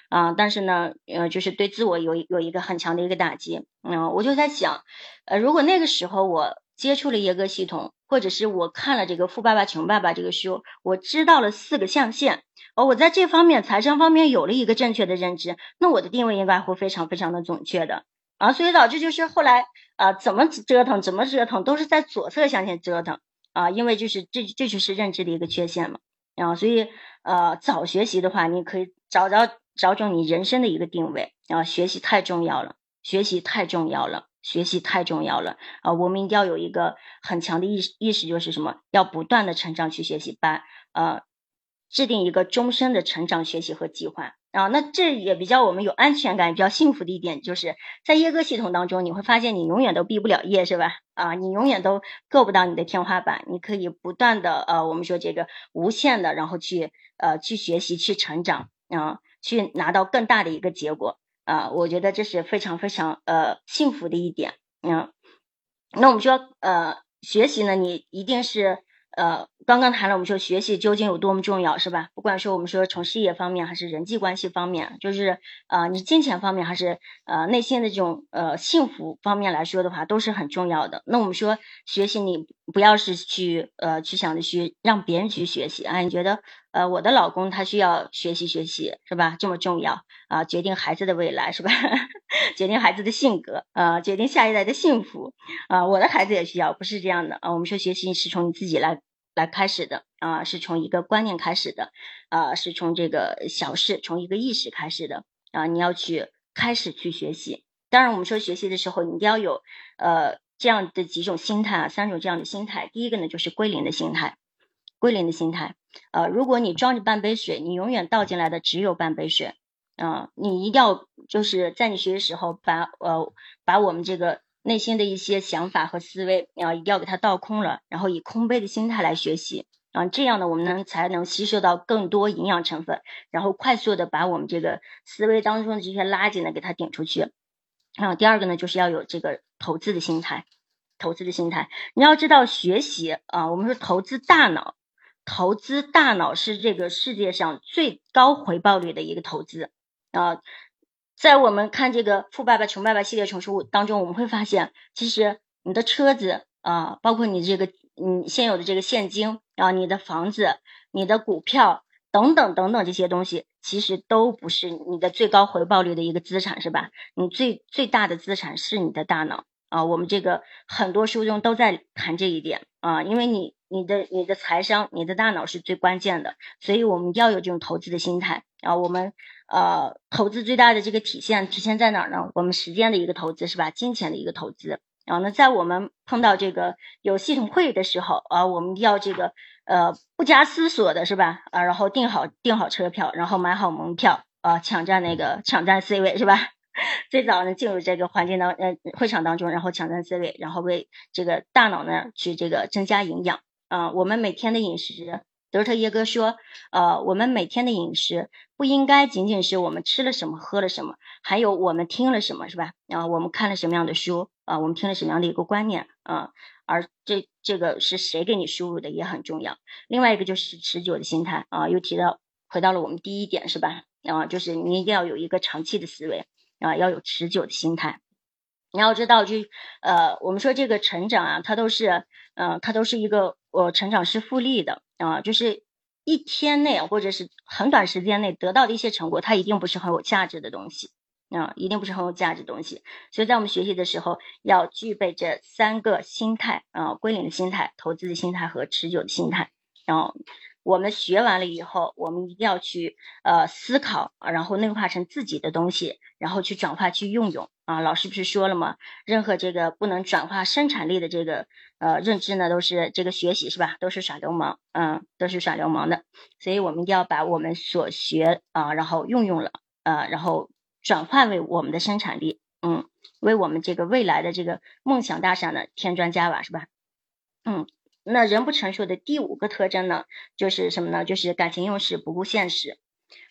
但是呢，就是对自我有一个很强的一个打击。我就在想，如果那个时候我接触了耶格系统，或者是我看了这个《富爸爸穷爸爸》这个书，我知道了4个象限，我在这方面财商方面有了一个正确的认知，那我的定位应该会非常非常的准确的。所以导致就是后来怎么折腾都是在左侧象限折腾因为就是这就是认知的一个缺陷嘛。所以早学习的话，你可以找准你人生的一个定位学习太重要了，学习太重要了，学习太重要了我们一定要有一个很强的意识，就是什么，要不断的成长去学习，制定一个终身的成长学习和计划那这也比较我们有安全感，比较幸福的一点，就是在耶格系统当中，你会发现你永远都毕不了业，是吧？你永远都够不到你的天花板，你可以不断的我们说这个无限的，然后去学习，去成长去拿到更大的一个结果我觉得这是非常非常幸福的一点那我们说学习呢，你一定是刚刚谈了我们说学习究竟有多么重要，是吧？不管说我们说从事业方面还是人际关系方面，就是你金钱方面还是内心的这种幸福方面来说的话，都是很重要的。那我们说学习，你不要是去想着去让别人去学习你觉得我的老公他需要学习是吧？这么重要决定孩子的未来是吧？决定孩子的性格决定下一代的幸福我的孩子也需要，不是这样的我们说学习是从你自己来开始的是从一个观念开始的是从这个小事，从一个意识开始的你要去开始去学习。当然我们说学习的时候，你一定要有这样的几种心态3种这样的心态。第一个呢，就是归零的心态。如果你装着半杯水，你永远倒进来的只有半杯水你一定要就是在你学习时候把我们这个内心的一些想法和思维一定要给它倒空了，然后以空杯的心态来学习这样呢我们才能吸收到更多营养成分，然后快速的把我们这个思维当中的这些垃圾呢给它顶出去第二个呢，就是要有这个投资的心态。你要知道学习我们说投资大脑是这个世界上最高回报率的一个投资在我们看这个《富爸爸穷爸爸》系列丛书当中，我们会发现，其实你的车子包括你这个现有的这个现金你的房子、你的股票等等等等这些东西，其实都不是你的最高回报率的一个资产，是吧？你最大的资产是你的大脑我们这个很多书中都在谈这一点因为你的财商，你的大脑是最关键的，所以我们要有这种投资的心态我们投资最大的这个体现在哪儿呢？我们时间的一个投资是吧？金钱的一个投资那在我们碰到这个有系统会议的时候我们要这个不加思索的是吧然后订好车票，然后买好门票抢占 C 位是吧？最早呢进入这个环境会场当中，然后抢占 C 位，然后为这个大脑呢去这个增加营养我们每天的饮食，德特耶哥说我们每天的饮食不应该仅仅是我们吃了什么喝了什么，还有我们听了什么是吧我们看了什么样的书我们听了什么样的一个观念而这个是谁给你输入的也很重要。另外一个就是持久的心态又回到了我们第一点是吧就是你一定要有一个长期的思维要有持久的心态。你要知道我们说这个成长它都是一个成长是复利的就是一天内或者是很短时间内得到的一些成果，它一定不是很有价值的东西一定不是很有价值的东西。所以在我们学习的时候要具备这3个心态归零的心态、投资的心态和持久的心态。然后我们学完了以后，我们一定要去思考然后内化成自己的东西，然后去转化去运用老师不是说了吗？任何这个不能转化生产力的这个认知呢，都是这个学习是吧？都是耍流氓都是耍流氓的。所以我们一定要把我们所学然后运用了然后转化为我们的生产力为我们这个未来的这个梦想大厦呢添砖加瓦是吧那人不成熟的第5个特征呢，就是什么呢？就是感情用事，不顾现实。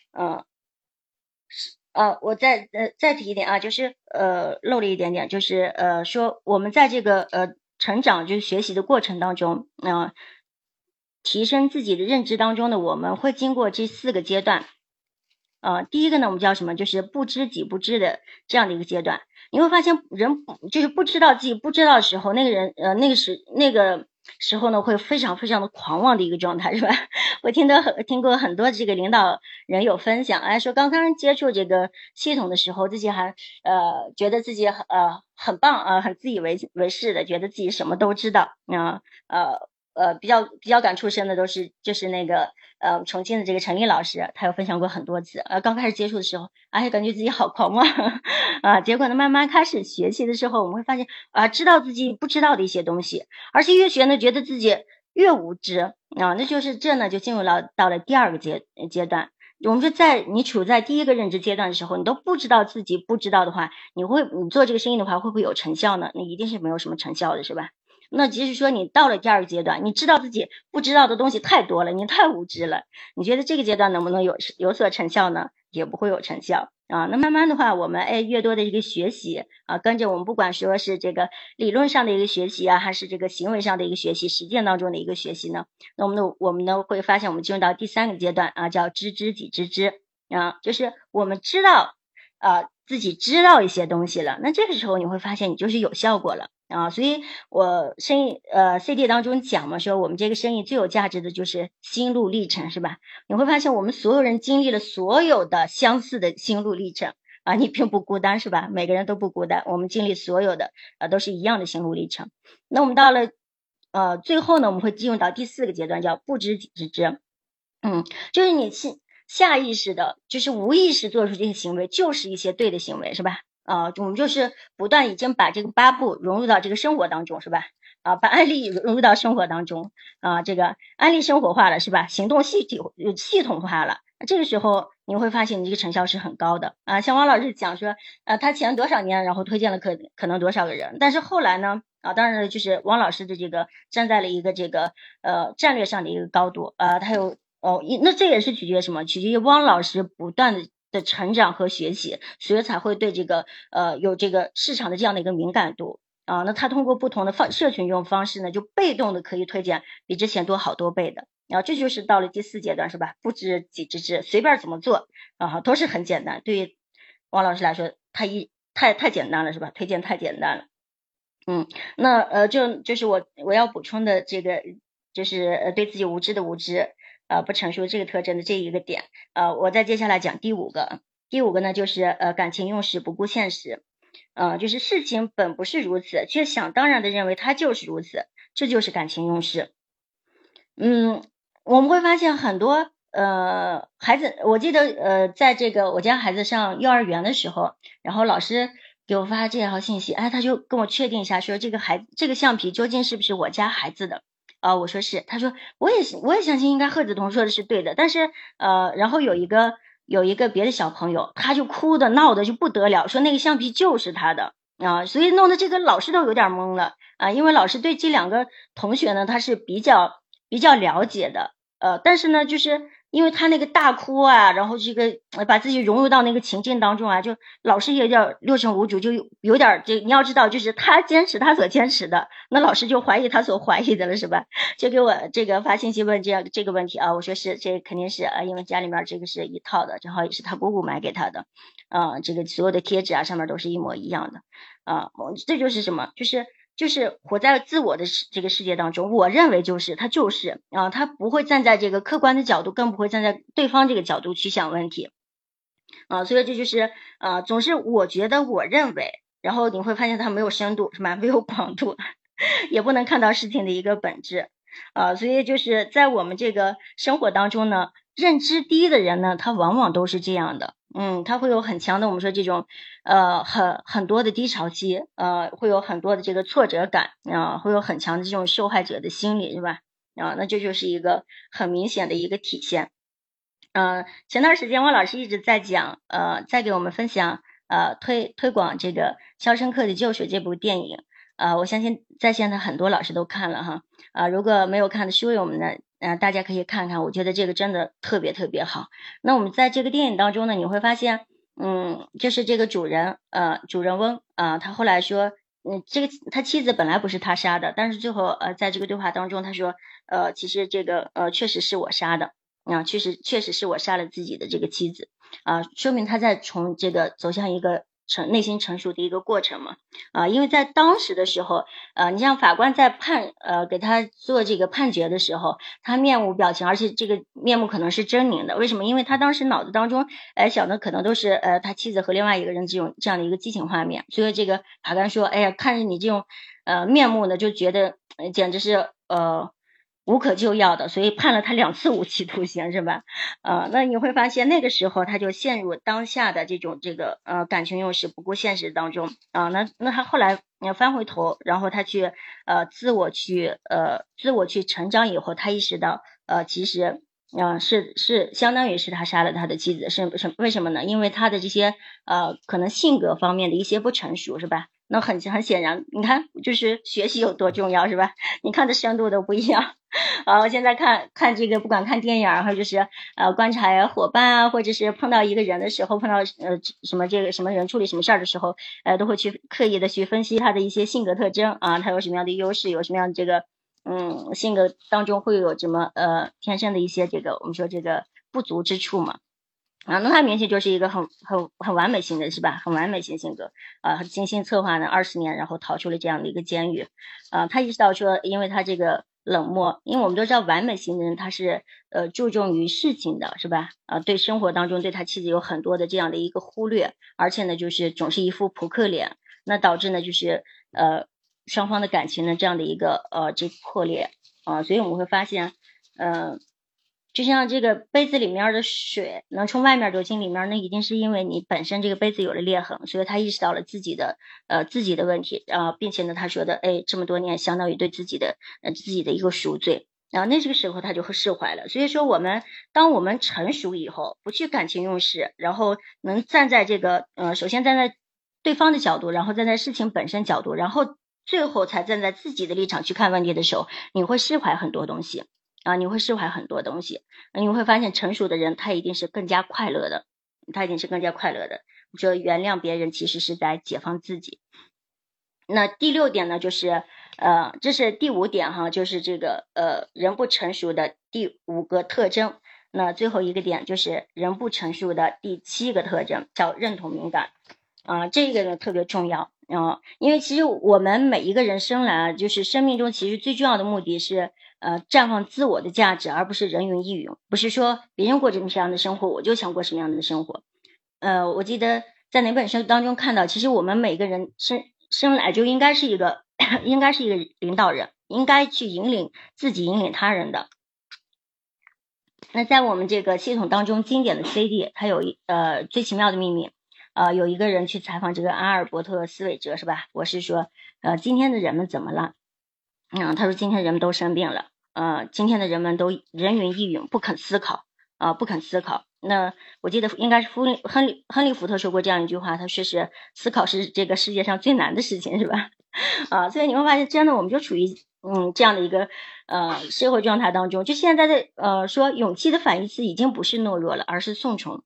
我再提一点就是漏了一点点，就是说我们在这个成长就是学习的过程当中提升自己的认知当中呢，我们会经过这4个阶段。 第一个呢，我们叫什么？就是不知己不知的这样的一个阶段。你会发现人就是不知道自己不知道的时候，那个人那个时候呢，会非常非常的狂妄的一个状态，是吧？我听过很多这个领导人有分享，说刚刚接触这个系统的时候，自己还觉得自己很棒啊，很自以为是的，觉得自己什么都知道啊比较感触深的就是那个重庆的这个陈丽老师，他有分享过很多次。刚开始接触的时候，感觉自己好狂妄结果呢，慢慢开始学习的时候，我们会发现知道自己不知道的一些东西，而且越学呢，觉得自己越无知那就是这呢就进入到了第二个阶段。我们说你处在第一个认知阶段的时候，你都不知道自己不知道的话，你做这个生意的话，会不会有成效呢？那一定是没有什么成效的，是吧？那即使说你到了第二个阶段，你知道自己不知道的东西太多了，你太无知了，你觉得这个阶段能不能有所成效呢？也不会有成效那慢慢的话，我们越多的一个学习跟着我们不管说是这个理论上的一个学习还是这个行为上的一个学习，实践当中的一个学习呢，那我们呢会发现我们进入到第三个阶段叫知知己知之就是我们知道自己知道一些东西了，那这个时候你会发现你就是有效果了所以我生意CD 当中讲嘛，说我们这个生意最有价值的就是心路历程，是吧？你会发现我们所有人经历了所有的相似的心路历程你并不孤单，是吧？每个人都不孤单，我们经历所有的都是一样的心路历程。那我们到了最后呢，我们会进入到第四个阶段，叫不知己知之。就是你下意识的，就是无意识做出这些行为，就是一些对的行为，是吧？我们就是不断已经把这个8步融入到这个生活当中，是吧？把案例融入到生活当中这个案例生活化了，是吧？行动系统化了，这个时候你会发现你这个成效是很高的像王老师讲说他前多少年，然后推荐了可能多少个人，但是后来呢当然就是王老师的这个站在了一个这个战略上的一个高度他有那这也是取决于什么？取决于汪老师不断的成长和学习，所以才会对这个有这个市场的这样的一个敏感度那他通过不同的社群这种方式呢，就被动的可以推荐比之前多好多倍的这就是到了第4阶段，是吧？不知己知之，随便怎么做都是很简单。对于汪老师来说，太简单了，是吧？推荐太简单了。那就是我要补充的这个，就是对自己无知的无知不成熟这个特征的这一个点我再接下来讲第5个。第5个呢，就是感情用事不顾现实就是事情本不是如此，却想当然的认为它就是如此，这就是感情用事。我们会发现很多孩子，我记得在这个我家孩子上幼儿园的时候，然后老师给我发这条信息他就跟我确定一下说这个橡皮究竟是不是我家孩子的我说是，他说我也相信应该贺子彤说的是对的，但是然后有一个别的小朋友他就哭的闹的就不得了，说那个橡皮就是他的所以弄得这个老师都有点懵了因为老师对这2个同学呢他是比较了解的但是呢就是因为他那个大哭然后这个把自己融入到那个情境当中就老师也有点六神无主，就有点你要知道就是他坚持他所坚持的，那老师就怀疑他所怀疑的了，是吧？就给我这个发信息问这个问题我说是，这肯定是因为家里面这个是一套的，正好也是他姑姑买给他的这个所有的贴纸上面都是一模一样的这就是什么？就是活在自我的这个世界当中，我认为他就是他不会站在这个客观的角度，更不会站在对方这个角度去想问题所以这就是总是我觉得我认为，然后你会发现他没有深度，是吧？没有广度也不能看到事情的一个本质所以就是在我们这个生活当中呢，认知低的人呢，他往往都是这样的他会有很强的我们说这种很多的低潮期会有很多的这个挫折感会有很强的这种受害者的心理，是吧那这就是一个很明显的一个体现前段时间汪老师一直在讲在给我们分享推广这个肖申克的救赎这部电影我相信在线的很多老师都看了哈如果没有看的书友们呢大家可以看看，我觉得这个真的特别特别好。那我们在这个电影当中呢，你会发现就是这个主人翁他后来说这个他妻子本来不是他杀的，但是最后在这个对话当中他说其实这个确实是我杀的确实是我杀了自己的这个妻子说明他在从这个走向一个内心成熟的一个过程嘛。因为在当时的时候，你像法官在给他做这个判决的时候，他面无表情，而且这个面目可能是狰狞的。为什么？因为他当时脑子当中想的可能都是他妻子和另外一个人这样的一个激情画面，所以这个法官说，哎呀，看着你这种面目呢，就觉得简直是无可救药的，所以判了他2次无期徒刑，是吧？那你会发现那个时候他就陷入当下的这个感情用事不顾现实当中那他后来翻回头，然后他去自我去成长以后，他意识到其实是相当于是他杀了他的妻子，为什么呢？因为他的这些可能性格方面的一些不成熟，是吧？那很显然，你看就是学习有多重要，是吧？你看的深度都不一样。我现在看这个，不管看电影还有就是观察伙伴或者是碰到一个人的时候，碰到什么人处理什么事儿的时候，都会去刻意的去分析他的一些性格特征他有什么样的优势，有什么样的这个性格当中会有什么天生的一些我们说这个不足之处嘛。那他明显就是一个很完美型的，是吧？很完美型性格精心策划呢20年，然后逃出了这样的一个监狱他意识到说，因为他这个冷漠，因为我们都知道完美型的人他是注重于事情的，是吧？对生活当中对他妻子有很多的这样的一个忽略，而且呢就是总是一副扑克脸，那导致呢就是双方的感情呢这样的一个这破裂所以我们会发现就像这个杯子里面的水能从外面流进里面，那一定是因为你本身这个杯子有了裂痕，所以他意识到了自己的问题并且呢他说的这么多年相当于对自己的一个赎罪那这个时候他就会释怀了。所以说当我们成熟以后，不去感情用事，然后能站在这个首先站在对方的角度，然后站在事情本身角度，然后最后才站在自己的立场去看问题的时候，你会释怀很多东西你会释怀很多东西你会发现成熟的人他一定是更加快乐的，我说原谅别人其实是在解放自己。那第6点呢就是这是第5点就是这个人不成熟的第5个特征。那最后一个点就是人不成熟的第7个特征，叫认同敏感这个呢特别重要因为其实我们每一个人生来就是生命中其实最重要的目的是绽放自我的价值，而不是人云亦云，不是说别人过什么样的生活我就想过什么样的生活我记得在哪本书当中看到，其实我们每个人生来就应该是一个领导人，应该去引领自己，引领他人的。那在我们这个系统当中，经典的 CD 它有最奇妙的秘密有一个人去采访这个阿尔伯特斯韦哲，是吧？博士说今天的人们怎么了他说今天人们都生病了今天的人们都人云亦云，不肯思考那我记得应该是亨利福特说过这样一句话，他说是思考是这个世界上最难的事情，是吧所以你会发现真的我们就处于这样的一个社会状态当中。就现在的说勇气的反义词已经不是懦弱了，而是顺从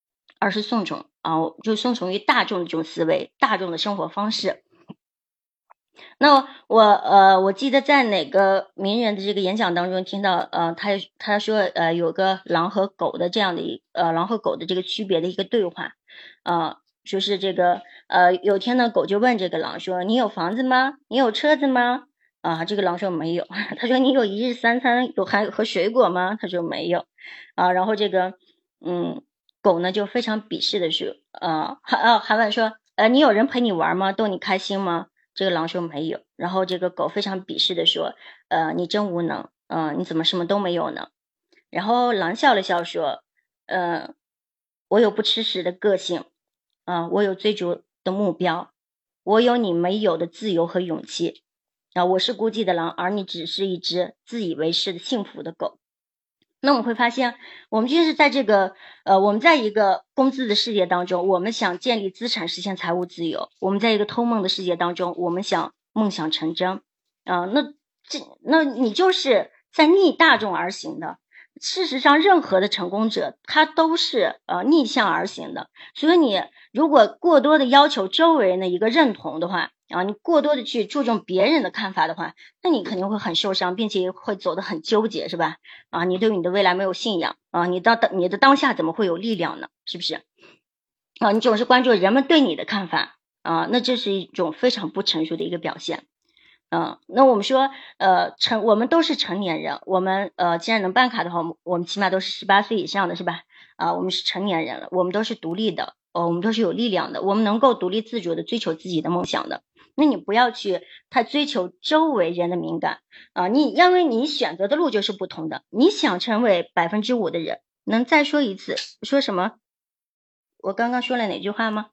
就顺从于大众的这种思维，大众的生活方式。那我记得在哪个名人的这个演讲当中听到他说有个狼和狗的这样的狼和狗的这个区别的一个对话说是这个有天呢狗就问这个狼说，你有房子吗？你有车子吗？这个狼说没有他说你有一日三餐还和水果吗？他说没有然后这个狗呢就非常鄙视的说还问说你有人陪你玩吗？逗你开心吗？这个狼说没有，然后这个狗非常鄙视的说你真无能你怎么什么都没有呢？然后狼笑了笑说我有不吃屎的个性我有追逐的目标，我有你没有的自由和勇气我是孤寂的狼，而你只是一只自以为是的幸福的狗。那我们会发现我们就是在这个我们在一个工资的世界当中，我们想建立资产，实现财务自由，我们在一个偷梦的世界当中，我们想梦想成真那你就是在逆大众而行的事实上任何的成功者他都是逆向而行的，所以你如果过多的要求周围人的一个认同的话你过多的去注重别人的看法的话，那你肯定会很受伤，并且会走得很纠结，是吧？你对你的未来没有信仰你的当下怎么会有力量呢？是不是？你总是关注人们对你的看法那这是一种非常不成熟的一个表现。那我们说我们都是成年人，我们既然能办卡的话，我们起码都是18岁以上的，是吧？我们是成年人了，我们都是独立的我们都是有力量的，我们能够独立自主的追求自己的梦想的。那你不要去太追求周围人的敏感因为你选择的路就是不同的。你想成为5%的人，能再说一次？说什么？我刚刚说了哪句话吗？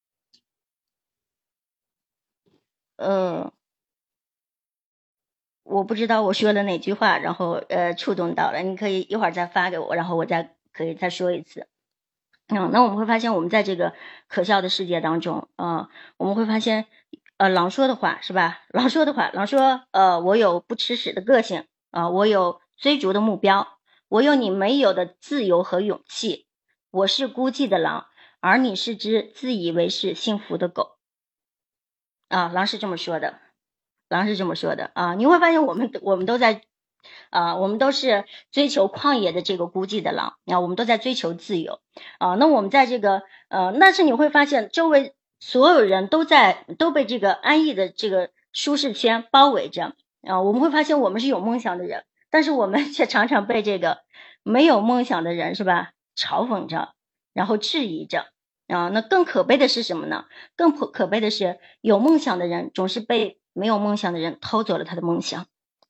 我不知道我说了哪句话，然后触动到了，你可以一会儿再发给我，然后我可以再说一次。那我们会发现我们在这个可笑的世界当中我们会发现狼说的话是吧？狼说我有不吃屎的个性我有追逐的目标，我有你没有的自由和勇气，我是孤寂的狼，而你是只自以为是幸福的狗狼是这么说的。你会发现我们都在我们都是追求旷野的这个孤寂的狼我们都在追求自由那我们在这个但是你会发现周围所有人都被这个安逸的这个舒适圈包围着我们会发现我们是有梦想的人，但是我们却常常被这个没有梦想的人是吧嘲讽着，然后质疑着那更可悲的是什么呢？更可悲的是有梦想的人总是被没有梦想的人偷走了他的梦想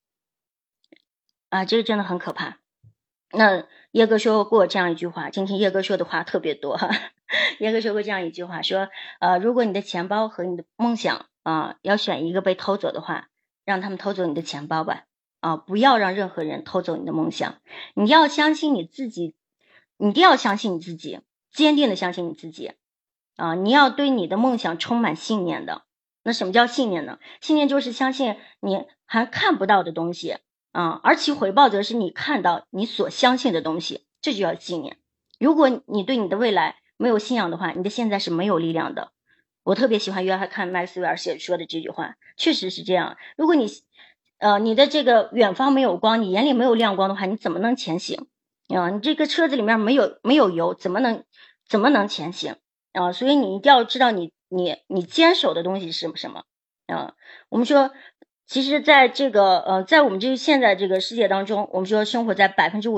这个真的很可怕。那叶哥说过这样一句话，今天叶哥说的话特别多哈。叶哥说过这样一句话，说如果你的钱包和你的梦想要选一个被偷走的话，让他们偷走你的钱包吧不要让任何人偷走你的梦想。你要相信你自己，你一定要相信你自己，坚定的相信你自己你要对你的梦想充满信念的。那什么叫信念呢？信念就是相信你还看不到的东西而其回报则是你看到你所相信的东西，这就叫信念。如果你对你的未来没有信仰的话，你的现在是没有力量的。我特别喜欢约翰看麦克斯韦尔说的这句话，确实是这样。如果你的这个远方没有光，你眼里没有亮光的话，你怎么能前行你这个车子里面没有油，怎么能前行所以你一定要知道你坚守的东西是什么我们说其实在这个在我们这现在这个世界当中，我们说生活在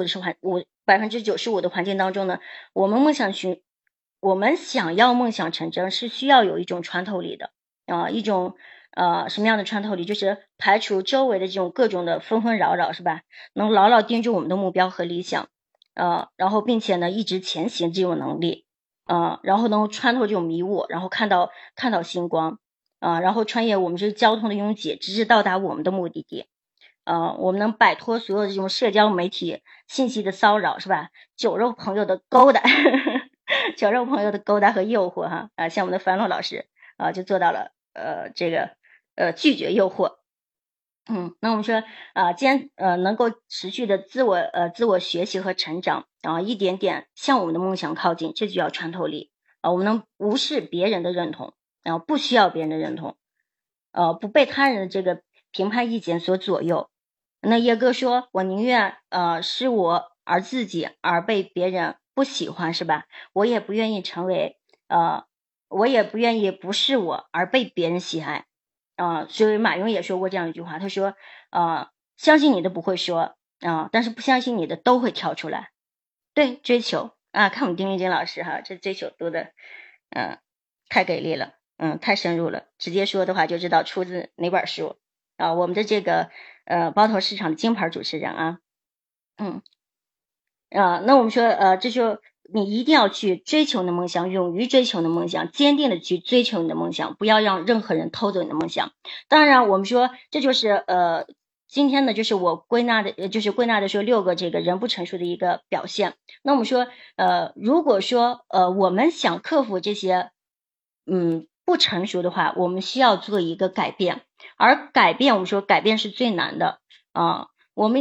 95%的环境当中呢，我们想要梦想成真是需要有一种穿透力的一种什么样的穿透力？就是排除周围的这种各种的纷纷扰扰是吧？能牢牢盯住我们的目标和理想然后并且呢一直前行这种能力然后能穿透这种迷雾，然后看到星光然后穿越我们这交通的拥挤，直至到达我们的目的地我们能摆脱所有的这种社交媒体信息的骚扰是吧？酒肉朋友的勾搭酒肉朋友的勾搭和诱惑像我们的樊龙老师就做到了这个拒绝诱惑那我们说能够持续的自我学习和成长一点点向我们的梦想靠近，这就叫穿透力我们能无视别人的认同不需要别人的认同不被他人的这个评判意见所左右。那叶哥说我宁愿是我而自己而被别人不喜欢是吧？我也不愿意我也不愿意不是我而被别人喜爱所以马云也说过这样一句话，他说相信你的不会说但是不相信你的都会跳出来。对，追求看我们丁玉金老师这追求读的太给力了太深入了，直接说的话就知道出自哪本书我们的这个包头市场的金牌主持人那我们说这就你一定要去追求你的梦想，勇于追求你的梦想，坚定的去追求你的梦想，不要让任何人偷走你的梦想。当然我们说这就是今天呢就是我归纳的说6个这个人不成熟的一个表现。那我们说如果说我们想克服这些不成熟的话，我们需要做一个改变，而改变我们说改变是最难的我们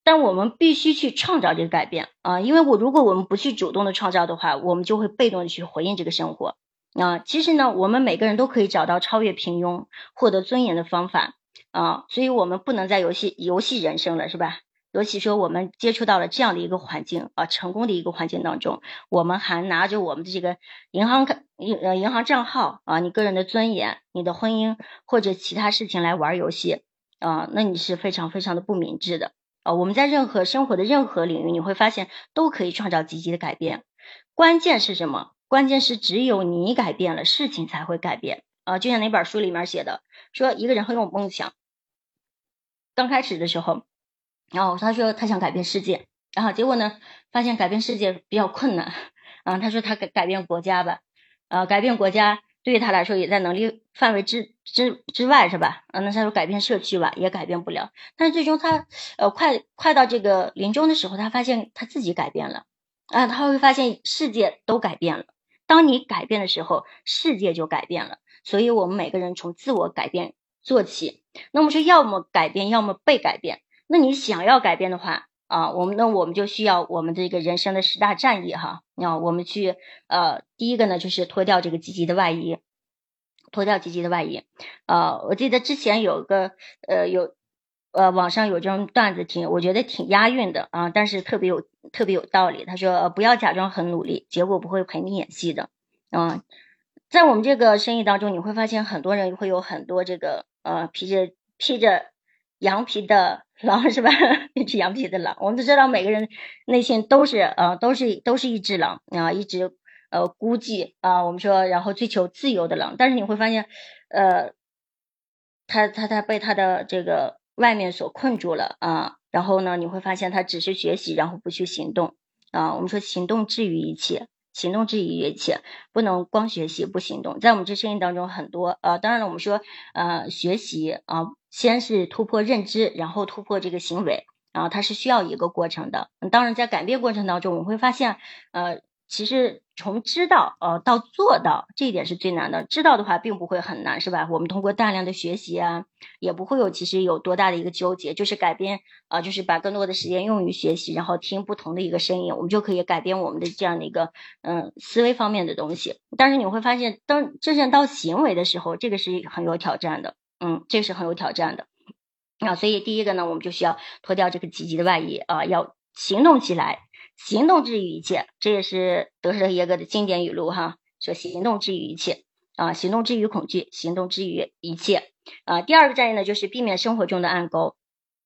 但我们必须去创造这个改变啊，因为如果我们不去主动的创造的话，我们就会被动的去回应这个生活啊。其实呢，我们每个人都可以找到超越平庸、获得尊严的方法啊，所以我们不能再游戏人生了，是吧？尤其说我们接触到了这样的一个环境啊，成功的一个环境当中，我们还拿着我们的这个银行账号啊，你个人的尊严、你的婚姻或者其他事情来玩游戏啊，那你是非常非常的不明智的。我们在任何生活的任何领域，你会发现都可以创造积极的改变。关键是什么？关键是只有你改变了，事情才会改变啊。就像那本书里面写的，说一个人很有梦想，刚开始的时候，然后他说他想改变世界，然后结果呢，发现改变世界比较困难啊。他说他改变国家吧，改变国家对于他来说也在能力范围之外，是吧？那他说改变社区吧，也改变不了。但是最终他快到这个临终的时候，他发现他自己改变了啊，他会发现世界都改变了。当你改变的时候，世界就改变了。所以我们每个人从自我改变做起。那么说，要么改变，要么被改变。那你想要改变的话啊，我们就需要我们这个人生的10大战役哈。我们去第一个呢就是脱掉这个积极的外衣，脱掉积极的外衣。我记得之前有个网上有这种段子我觉得挺押韵的啊，但是特别有道理。他说不要假装很努力，结果不会陪你演戏的啊。在我们这个生意当中，你会发现很多人会有很多这个披着羊皮的狼，是吧？披着羊皮的狼，我们都知道每个人内心都是一只狼啊，一只孤寂啊，我们说然后追求自由的狼。但是你会发现他被他的这个外面所困住了啊，然后呢你会发现他只是学习，然后不去行动啊。我们说行动治愈一切，行动治愈一切，不能光学习不行动。在我们这生意当中很多当然了，我们说学习啊，先是突破认知，然后突破这个行为啊，它是需要一个过程的。当然在改变过程当中，我们会发现其实从知道到做到这一点是最难的。知道的话并不会很难，是吧？我们通过大量的学习啊，也不会其实有多大的一个纠结，就是改变就是把更多的时间用于学习，然后听不同的一个声音，我们就可以改变我们的这样的一个思维方面的东西。但是你会发现当真正到行为的时候，这个是很有挑战的，这是很有挑战的所以第一个呢，我们就需要脱掉这个积极的外衣要行动起来。行动治愈一切，这也是德舍耶格的经典语录哈，说行动治愈一切行动治愈恐惧，行动治愈一切第二个战役呢，就是避免生活中的暗沟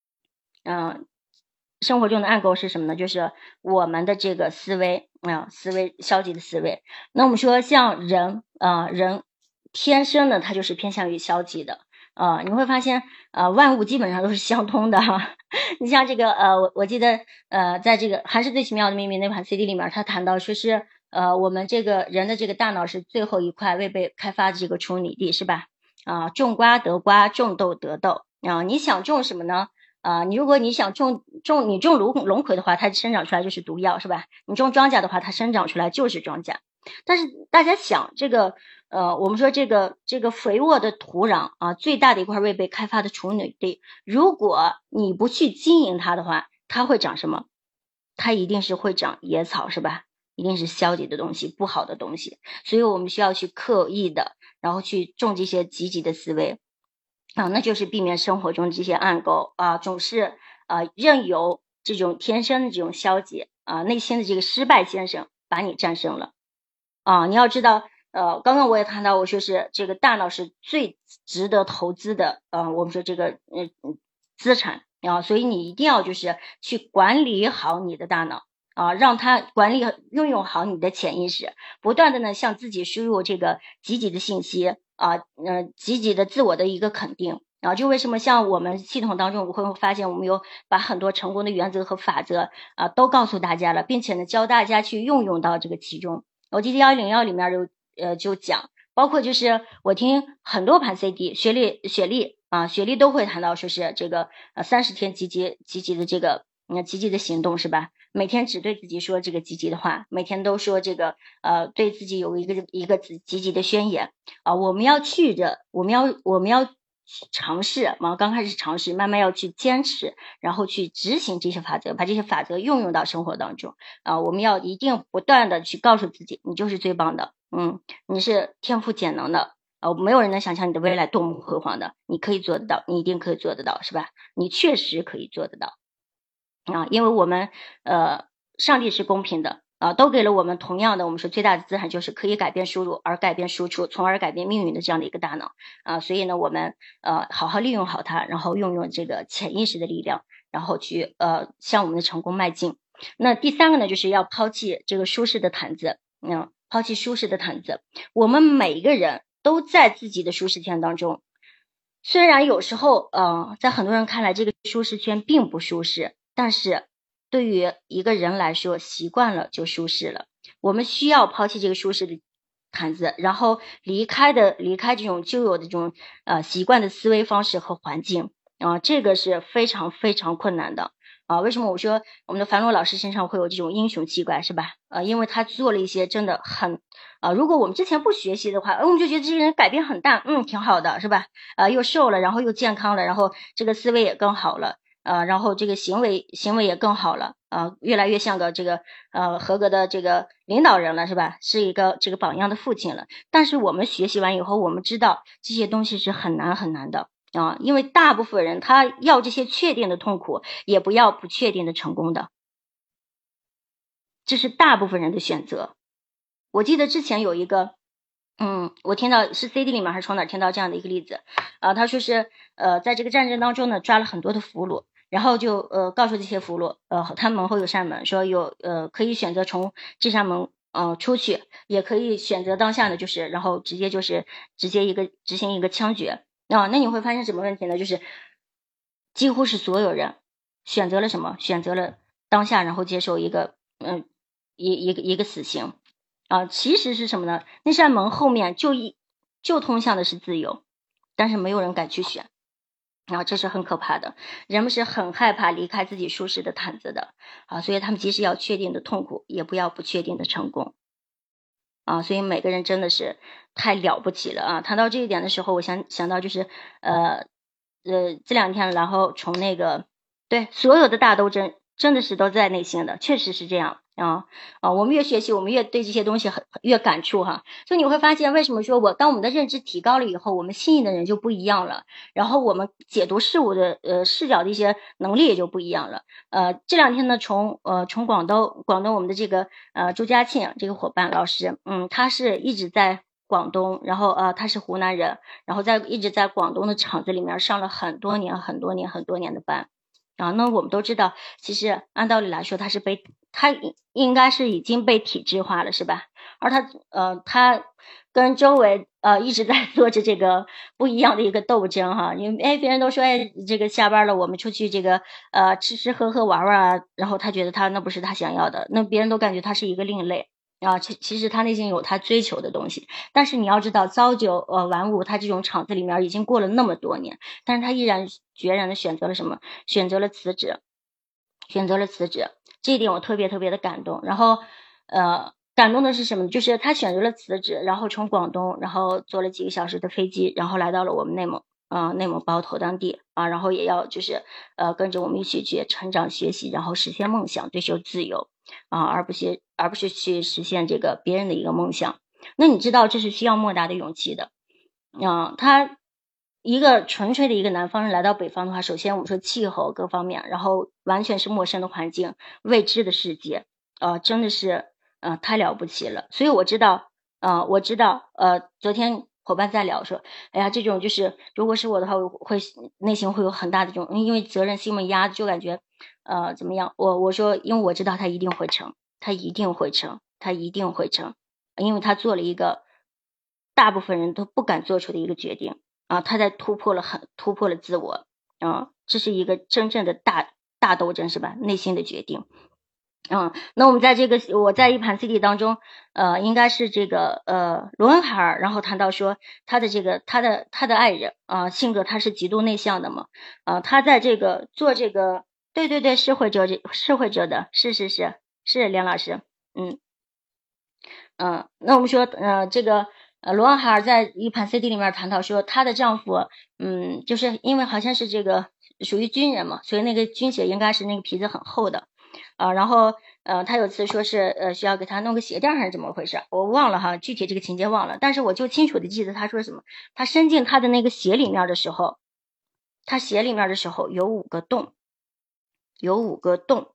生活中的暗沟是什么呢？就是我们的这个思维消极的思维。那我们说像人天生呢，他就是偏向于消极的你会发现万物基本上都是相通的哈。你像这个我记得在这个还是最奇妙的秘密那款 CD 里面，他谈到说是我们这个人的这个大脑是最后一块未被开发的这个处女地，是吧？种瓜得瓜，种豆得豆你想种什么呢？如果你想种龙葵的话，它生长出来就是毒药，是吧？你种庄稼的话，它生长出来就是庄稼。但是大家想这个我们说这个肥沃的土壤最大的一块未被开发的处女地，如果你不去经营它的话，它会长什么？它一定是会长野草，是吧？一定是消极的东西，不好的东西。所以我们需要去刻意的，然后去种这些积极的思维那就是避免生活中这些暗沟总是任由这种天生的这种消极内心的这个失败先生把你战胜了你要知道刚刚我也谈到，我说是这个大脑是最值得投资的我们说这个资产所以你一定要就是去管理好你的大脑让它管理运用好你的潜意识，不断的呢向自己输入这个积极的信息积极的自我的一个肯定就为什么像我们系统当中，我会发现我们有把很多成功的原则和法则都告诉大家了，并且呢教大家去运用到这个其中。我记得101里面就讲，包括就是我听很多盘 CD 雪莉都会谈到说是这个30天积极的这个积极的行动，是吧？每天只对自己说这个积极的话，每天都说这个对自己有一个积极的宣言我们要尝试，刚开始尝试，慢慢要去坚持，然后去执行这些法则，把这些法则运用到生活当中我们要一定不断的去告诉自己，你就是最棒的，你是天赋潜能的没有人能想象你的未来多么辉煌的，你可以做得到，你一定可以做得到，是吧？你确实可以做得到因为我们上帝是公平的都给了我们同样的，我们说最大的资产就是可以改变输入而改变输出，从而改变命运的这样的一个大脑所以呢，我们好好利用好它，然后运用这个潜意识的力量，然后去向我们的成功迈进。那第三个呢，就是要抛弃这个舒适的毯子，抛弃舒适的毯子。我们每一个人都在自己的舒适圈当中，虽然有时候在很多人看来这个舒适圈并不舒适，但是对于一个人来说，习惯了就舒适了。我们需要抛弃这个舒适的毯子，然后离开这种旧有的这种习惯的思维方式和环境这个是非常非常困难的为什么我说我们的樊罗老师身上会有这种英雄气概，是吧？因为他做了一些真的很如果我们之前不学习的话，我们就觉得这个人改变很大，挺好的，是吧？又瘦了，然后又健康了，然后这个思维也更好了。然后这个行为也更好了越来越像个这个合格的这个领导人了，是吧？是一个这个榜样的父亲了。但是我们学习完以后，我们知道这些东西是很难很难的因为大部分人他要这些确定的痛苦，也不要不确定的成功的，这是大部分人的选择。我记得之前有一个我听到是 CD 里面还是从哪听到这样的一个例子他说是在这个战争当中呢，抓了很多的俘虏，然后就告诉这些俘虏他门后有扇门，说有可以选择从这扇门出去，也可以选择当下呢就是然后直接执行一个枪决那你会发现什么问题呢？就是几乎是所有人选择了什么？选择了当下，然后接受一个一个死刑其实是什么呢？那扇门后面就通向的是自由，但是没有人敢去选这是很可怕的。人们是很害怕离开自己舒适的毯子的所以他们即使要确定的痛苦，也不要不确定的成功所以每个人真的是太了不起了谈到这一点的时候，我想到就是这两天，然后从那个对所有的大斗争真的是都在内心的，确实是这样我们越学习，我们越对这些东西越感触所以你会发现为什么说当我们的认知提高了以后，我们吸引的人就不一样了，然后我们解读事物的视角的一些能力也就不一样了这两天呢从广东我们的这个周家庆这个伙伴老师他是一直在广东，然后他是湖南人，然后一直在广东的厂子里面上了很多年的班那我们都知道，其实按道理来说，他应该是已经被体制化了，是吧？而他跟周围一直在做着这个不一样的一个斗争因为别人都说这个下班了，我们出去这个吃吃喝喝玩玩然后他觉得那不是他想要的，那别人都感觉他是一个另类其实他内心有他追求的东西，但是你要知道朝九晚五，他这种厂子里面已经过了那么多年，但是他毅然决然的选择了什么？选择了辞职，这一点我特别特别的感动。然后感动的是什么？就是他选择了辞职，然后从广东，然后坐了几个小时的飞机，然后来到了我们内蒙包头当地然后也要就是跟着我们一起去成长学习，然后实现梦想，追求自由而不是去实现这个别人的一个梦想。那你知道这是需要莫大的勇气的他一个纯粹的一个南方人来到北方的话，首先我们说气候各方面，然后完全是陌生的环境，未知的世界真的是太了不起了。所以我知道昨天伙伴在聊说，哎呀，这种就是如果是我的话，我会内心会有很大的这种因为责任心嘛压，就感觉怎么样？我说，因为我知道他一定会成，因为他做了一个大部分人都不敢做出的一个决定他在突破了自我这是一个真正的大斗争，是吧？内心的决定那我们在我在一盘 CD 当中应该是这个罗恩海尔，然后谈到说他的爱人性格他是极度内向的嘛他在这个做这个对是会折的，是梁老师那我们说这个罗恩海尔在一盘 CD 里面谈到说，她的丈夫，就是因为好像是这个属于军人嘛，所以那个军鞋应该是那个皮子很厚的，然后他有次说是需要给他弄个鞋垫还是怎么回事，我忘了哈，具体这个情节忘了，但是我就清楚的记得他说什么，他伸进他的那个鞋里面的时候，他鞋里面的时候有5个洞，有5个洞。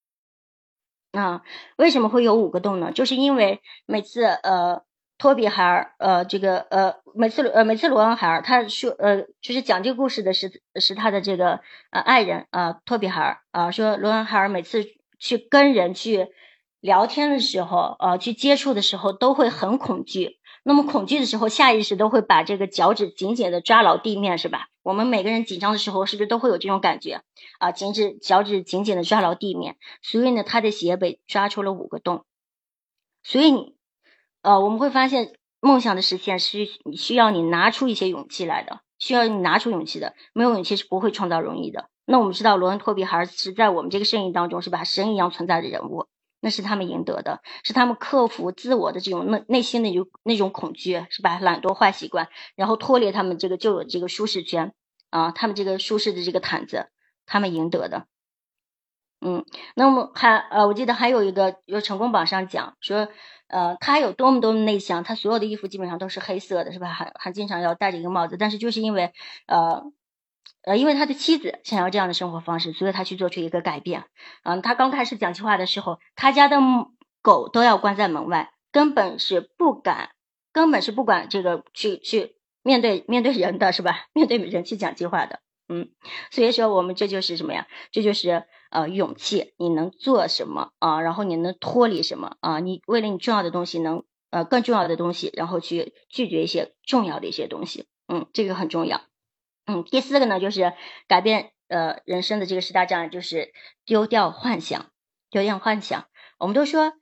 为什么会有5个洞呢？就是因为每次托比海尔每次罗恩海尔他说就是讲这个故事的是他的这个爱人托比海尔说罗恩海尔每次去跟人去聊天的时候去接触的时候都会很恐惧。那么恐惧的时候，下意识都会把这个脚趾紧紧的抓牢地面，是吧？我们每个人紧张的时候，是不是都会有这种感觉脚趾紧紧的抓牢地面，所以呢，他的鞋被抓出了5个洞。所以我们会发现，梦想的实现是需要你拿出一些勇气来的，需要你拿出勇气的，没有勇气是不会创造荣誉的。那我们知道，罗恩·托比海尔是在我们这个生意当中是吧，神一样存在的人物。那是他们赢得的，是他们克服自我的这种内心的那种恐惧，是吧？懒惰、坏习惯，然后脱离他们这个旧有这个舒适圈他们这个舒适的这个毯子，他们赢得的。那么我记得还有一个有成功榜上讲说，他有多么内向，他所有的衣服基本上都是黑色的，是吧？还经常要戴着一个帽子，但是就是因为因为他的妻子想要这样的生活方式，所以他去做出一个改变。他刚开始讲计划的时候，他家的狗都要关在门外，根本是不敢这个去面对人的，是吧？面对人去讲计划的。所以说我们这就是什么呀？这就是勇气，你能做什么然后你能脱离什么你为了你重要的东西能更重要的东西，然后去拒绝一些重要的一些东西。这个很重要。第4个呢，就是改变人生的这个10大障碍，就是丢掉幻想。丢掉幻想，我们都说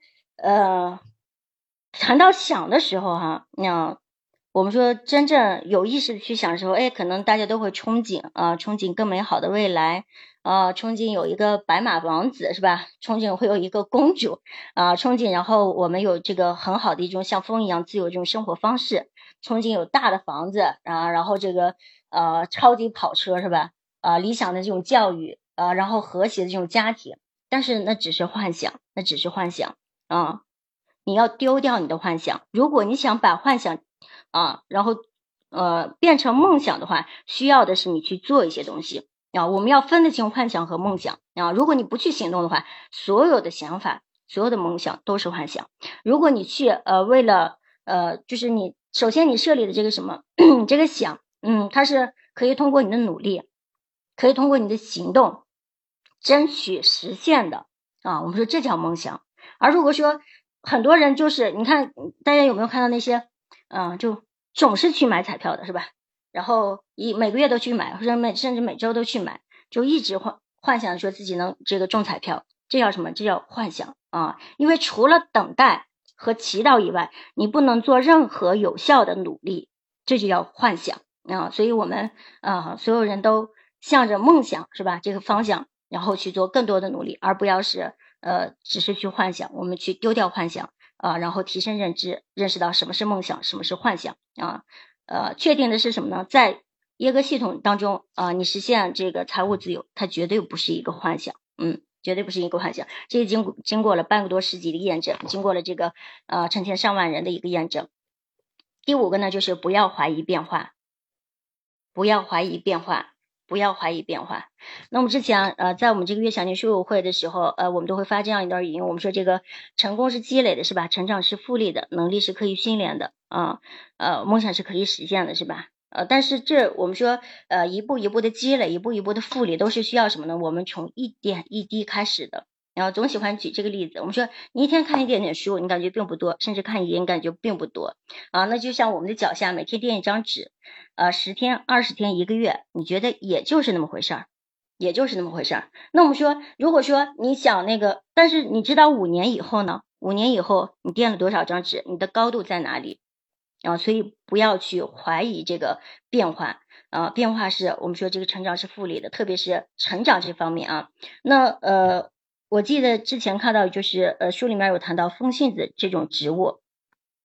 谈到想的时候我们说真正有意识的去想的时候，可能大家都会憧憬憧憬更美好的未来憧憬有一个白马王子，是吧？憧憬会有一个公主憧憬然后我们有这个很好的一种像风一样自由这种生活方式，憧憬有大的房子然后这个超级跑车，是吧？理想的这种教育然后和谐的这种家庭，但是那只是幻想，那只是幻想你要丢掉你的幻想。如果你想把幻想然后变成梦想的话，需要的是你去做一些东西我们要分得清幻想和梦想如果你不去行动的话，所有的想法所有的梦想都是幻想。如果你去为了就是你首先你设立的这个什么这个想它是可以通过你的努力，可以通过你的行动争取实现的我们说这叫梦想。而如果说很多人就是你看大家有没有看到那些就总是去买彩票的，是吧？然后每个月都去买，或者甚至每周都去买，就一直幻想说自己能这个中彩票，这叫什么？这叫幻想因为除了等待和祈祷以外，你不能做任何有效的努力，这就叫幻想所以我们所有人都向着梦想，是吧？这个方向，然后去做更多的努力，而不要是只是去幻想。我们去丢掉幻想然后提升认知，认识到什么是梦想，什么是幻想确定的是什么呢？在耶格系统当中你实现这个财务自由，它绝对不是一个幻想绝对不是一个幻想。这经过了半个多世纪的验证，经过了这个成千上万人的一个验证。第5个呢，就是不要怀疑变化，不要怀疑变化，不要怀疑变化。那我们之前在我们这个月小年书友会的时候我们都会发这样一段语音，我们说这个成功是积累的，是吧？成长是复利的，能力是可以训练的梦想是可以实现的，是吧？但是这我们说一步一步的积累，一步一步的复利，都是需要什么呢？我们从一点一滴开始的。然后总喜欢举这个例子，我们说你一天看一点点书，你感觉并不多，甚至看一页你感觉并不多那就像我们的脚下每天垫一张纸10天、20天、1个月，你觉得也就是那么回事儿，也就是那么回事儿。那我们说，如果说你想那个，但是你知道5年以后呢？5年以后你垫了多少张纸？你的高度在哪里所以不要去怀疑这个变化变化是我们说这个成长是复利的，特别是成长这方面那我记得之前看到就是书里面有谈到风信子这种植物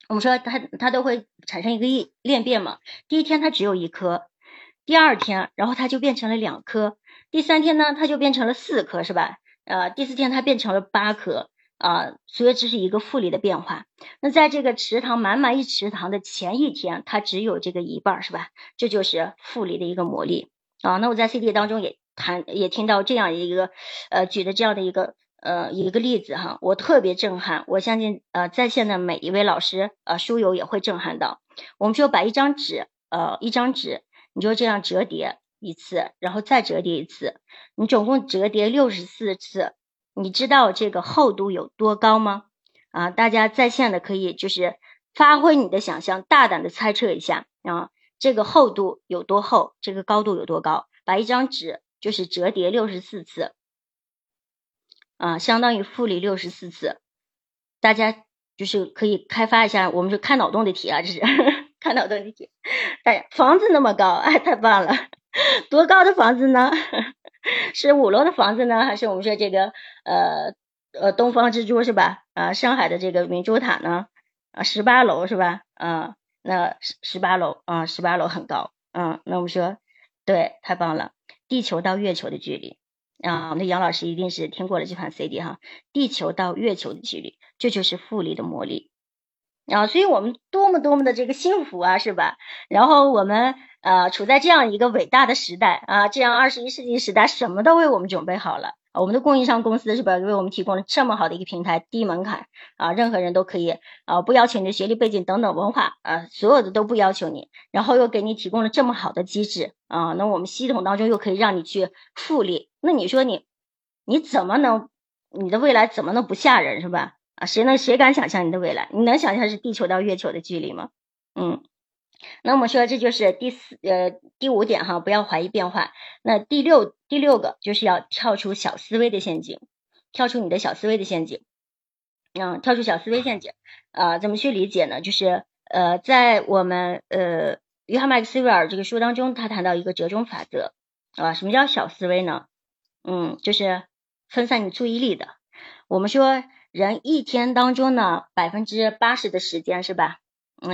我们说它都会产生一个裂变嘛。第一天它只有1颗，第二天然后它就变成了2颗，第3天呢它就变成了4颗，是吧？第4天它变成了8颗所以这是一个复利的变化。那在这个池塘满满一池塘的前一天，它只有这个一半，是吧？这就是复利的一个魔力那我在 CD 当中也听到这样一个举的这样的一个例子哈，我特别震撼，我相信在线的每一位老师书友也会震撼到。我们说把一张纸你就这样折叠一次，然后再折叠一次，你总共折叠64次，你知道这个厚度有多高吗？大家在线的可以就是发挥你的想象，大胆的猜测一下这个厚度有多厚，这个高度有多高，把一张纸就是折叠64次相当于复利64次，大家就是可以开发一下，我们是开脑洞的题这是开脑洞的题。房子那么高，太棒了！多高的房子呢？是5楼的房子呢，还是我们说这个东方之珠是吧？上海的这个明珠塔呢？18楼是吧？那18楼18楼很高那我们说对，太棒了！地球到月球的距离那杨老师一定是听过了这款 CD 哈，地球到月球的距离，这就是复利的魔力所以我们多么的这个幸福是吧？然后我们处在这样一个伟大的时代这样21世纪时代，什么都为我们准备好了。我们的供应商公司是吧，为我们提供了这么好的一个平台，低门槛任何人都可以不要求你的学历背景等等文化所有的都不要求你，然后又给你提供了这么好的机制那我们系统当中又可以让你去复利，那你说你怎么能，你的未来怎么能不吓人是吧？谁敢想象你的未来？你能想象是地球到月球的距离吗？那我们说这就是第5点哈，不要怀疑变化。那第六个就是要跳出小思维的陷阱，跳出你的小思维的陷阱跳出小思维陷阱怎么去理解呢？就是在我们约翰麦克斯韦尔这个书当中，他谈到一个折中法则什么叫小思维呢？就是分散你注意力的。我们说人一天当中呢，80%的时间是吧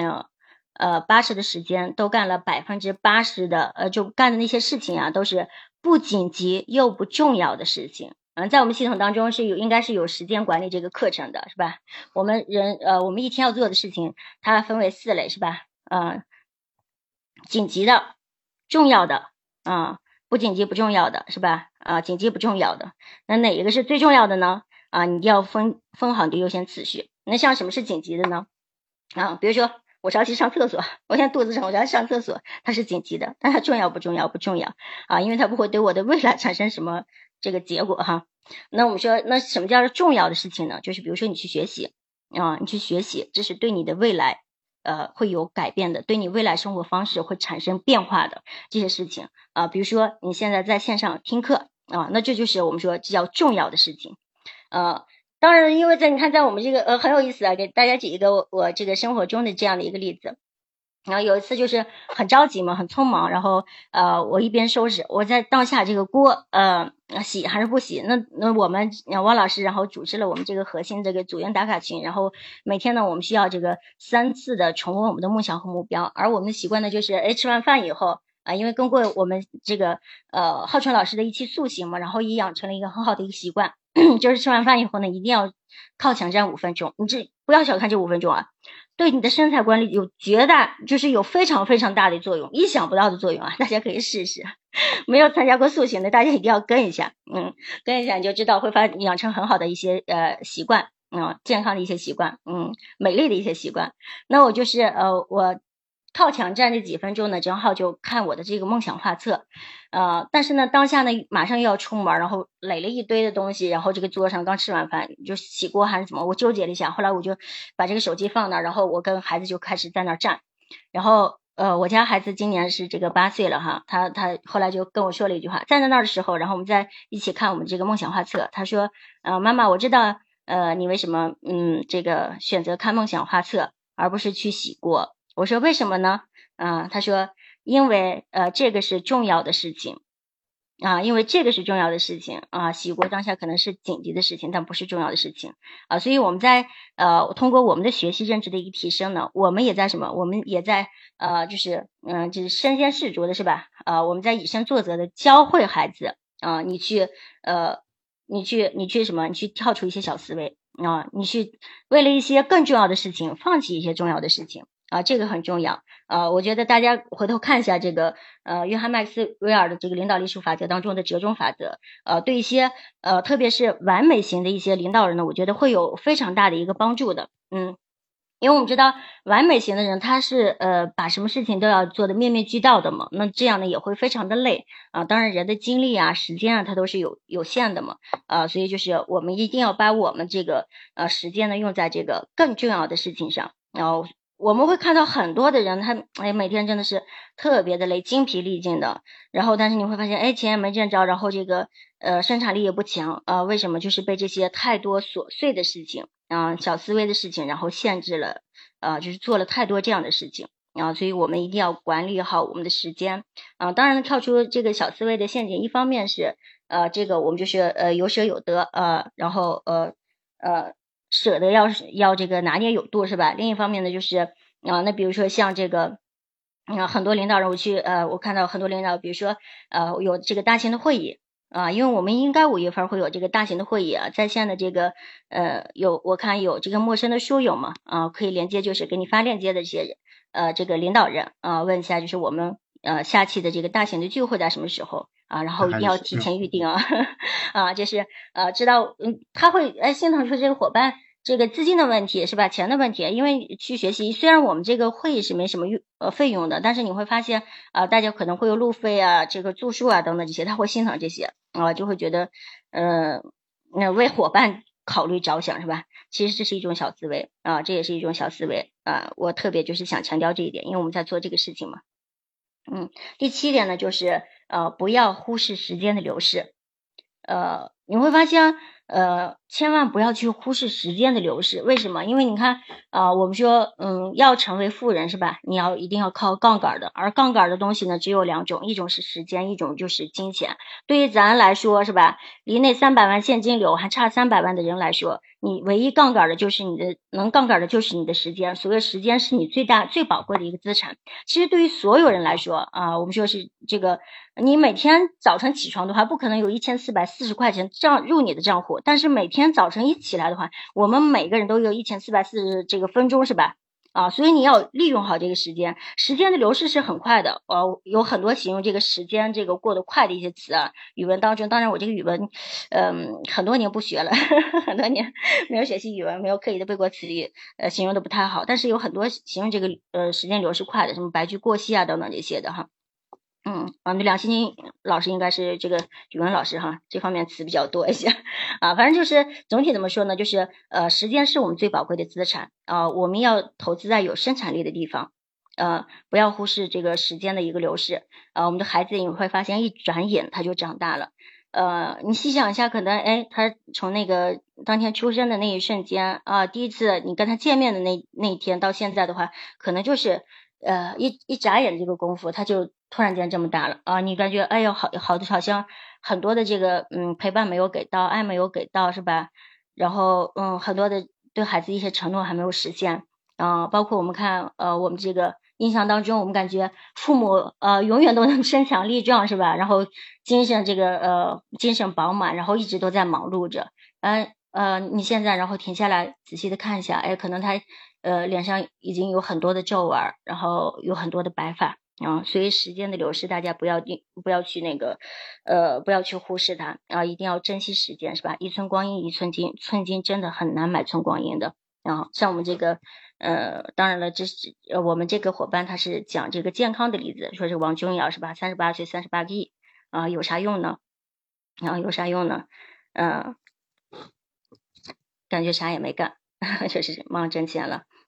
？80%的时间都干了80%的就干的那些事情都是不紧急又不重要的事情在我们系统当中应该是有时间管理这个课程的是吧？我们一天要做的事情它分为4类是吧？紧急的、重要的不紧急不重要的是吧？紧急不重要的，那哪一个是最重要的呢？你要分好你的优先次序。那像什么是紧急的呢？比如说我着急上厕所，我现在肚子疼，我要上厕所，它是紧急的，但它重要不重要？不重要因为它不会对我的未来产生什么这个结果哈。那我们说，那什么叫做重要的事情呢？就是比如说你去学习你去学习，这是对你的未来会有改变的，对你未来生活方式会产生变化的这些事情比如说你现在在线上听课那这就是我们说这叫重要的事情当然因为你看在我们这个很有意思给大家举一个我这个生活中的这样的一个例子。然后有一次就是很着急嘛，很匆忙，然后我一边收拾，我在当下这个锅洗还是不洗？那我们汪老师然后组织了我们这个核心这个组员打卡群，然后每天呢我们需要这个3次的重温我们的梦想和目标，而我们的习惯呢就是吃完饭以后因为跟过我们这个浩春老师的一期塑形嘛，然后也养成了一个很好的一个习惯就是吃完饭以后呢一定要靠墙站5分钟，你不要小看这5分钟对你的身材管理就是有非常非常大的作用，意想不到的作用大家可以试试。没有参加过塑形的大家一定要跟一下跟一下你就知道会养成很好的一些习惯健康的一些习惯美丽的一些习惯。那我就是我靠墙站这几分钟呢，正好就看我的这个梦想画册但是呢当下呢马上又要出门，然后垒了一堆的东西，然后这个桌上刚吃完饭就洗锅还是怎么，我纠结了一下，后来我就把这个手机放那儿，然后我跟孩子就开始在那儿站。然后我家孩子今年是这个8岁了哈，他后来就跟我说了一句话，站在那儿的时候，然后我们在一起看我们这个梦想画册，他说妈妈我知道你为什么这个选择看梦想画册而不是去洗锅。我说为什么呢他说因为这个是重要的事情因为这个是重要的事情喜国当下可能是紧急的事情，但不是重要的事情所以我们在通过我们的学习认知的一个提升呢，我们也在什么？我们也在就是身先士卒的是吧？我们在以身作则的教会孩子你去什么？你去跳出一些小思维你去为了一些更重要的事情放弃一些重要的事情这个很重要我觉得大家回头看一下这个约翰麦克斯韦尔的这个领导力术法则当中的折中法则对一些特别是完美型的一些领导人呢，我觉得会有非常大的一个帮助的因为我们知道完美型的人他是把什么事情都要做得面面俱到的嘛，那这样呢也会非常的累当然人的精力时间它都是有限的嘛所以就是我们一定要把我们这个时间呢用在这个更重要的事情上然后我们会看到很多的人他每天真的是特别的累，精疲力尽的，然后但是你会发现钱也没挣着，然后这个生产力也不强为什么？就是被这些太多琐碎的事情小思维的事情然后限制了就是做了太多这样的事情所以我们一定要管理好我们的时间当然跳出这个小思维的陷阱，一方面是这个我们就是有舍有得然后舍得要这个拿捏有度是吧？另一方面呢就是那比如说像这个很多领导人我看到很多领导比如说有这个大型的会议因为我们应该5月份会有这个大型的会议在线的这个我看有这个陌生的书友嘛可以连接就是给你发链接的这些人这个领导人问一下就是我们下期的这个大型的聚会在什么时候然后一定要提前预定就是知道他会心疼说这个伙伴这个资金的问题是吧？钱的问题，因为去学习，虽然我们这个会议是没什么费用的，但是你会发现大家可能会有路费这个住宿等等这些，他会心疼这些就会觉得那为伙伴考虑着想是吧？其实这是一种小思维这也是一种小思维我特别就是想强调这一点，因为我们在做这个事情嘛。第7点呢，就是不要忽视时间的流逝。你会发现千万不要去忽视时间的流逝。为什么？因为你看我们说要成为富人是吧？你一定要靠杠杆的，而杠杆的东西呢只有2种，一种是时间，一种就是金钱。对于咱来说是吧？离那300万现金流还差300万的人来说，你唯一杠杆的就是能杠杆的就是你的时间。所谓时间是你最大最宝贵的一个资产。其实对于所有人来说我们说是这个你每天早晨起床的话，不可能有1440块钱入你的账户，但是每天早晨一起来的话，我们每个人都有1440这个分钟是吧？所以你要利用好这个时间，时间的流逝是很快的有很多形容这个时间这个过得快的一些词语文当中，当然我这个语文很多年不学了很多年没有学习语文，没有刻意的背过词语形容的不太好，但是有很多形容这个时间流逝快的，什么白驹过隙等等这些的哈。梁欣欣老师应该是这个语文老师哈，这方面词比较多一些反正就是总体怎么说呢，就是时间是我们最宝贵的资产我们要投资在有生产力的地方不要忽视这个时间的一个流逝我们的孩子你会发现一转眼他就长大了你细想一下，可能他从那个当天出生的那一瞬间第一次你跟他见面的那一天到现在的话，可能就是一眨眼这个功夫，他就突然间这么大了你感觉哎呦好像很多的这个陪伴没有给到，爱没有给到是吧？然后很多的对孩子一些承诺还没有实现包括我们看我们这个印象当中，我们感觉父母永远都能身强力壮是吧？然后精神饱满，然后一直都在忙碌着你现在然后停下来仔细的看一下可能他脸上已经有很多的皱纹，然后有很多的白发所以时间的流逝大家不要去那个不要去忽视它一定要珍惜时间是吧？一寸光阴一寸金，寸金真的很难买寸光阴的像我们这个当然了这是我们这个伙伴他是讲这个健康的例子，说是王君瑶是吧？38岁38个亿有啥用呢有啥用呢感觉啥也没干就是忙挣钱了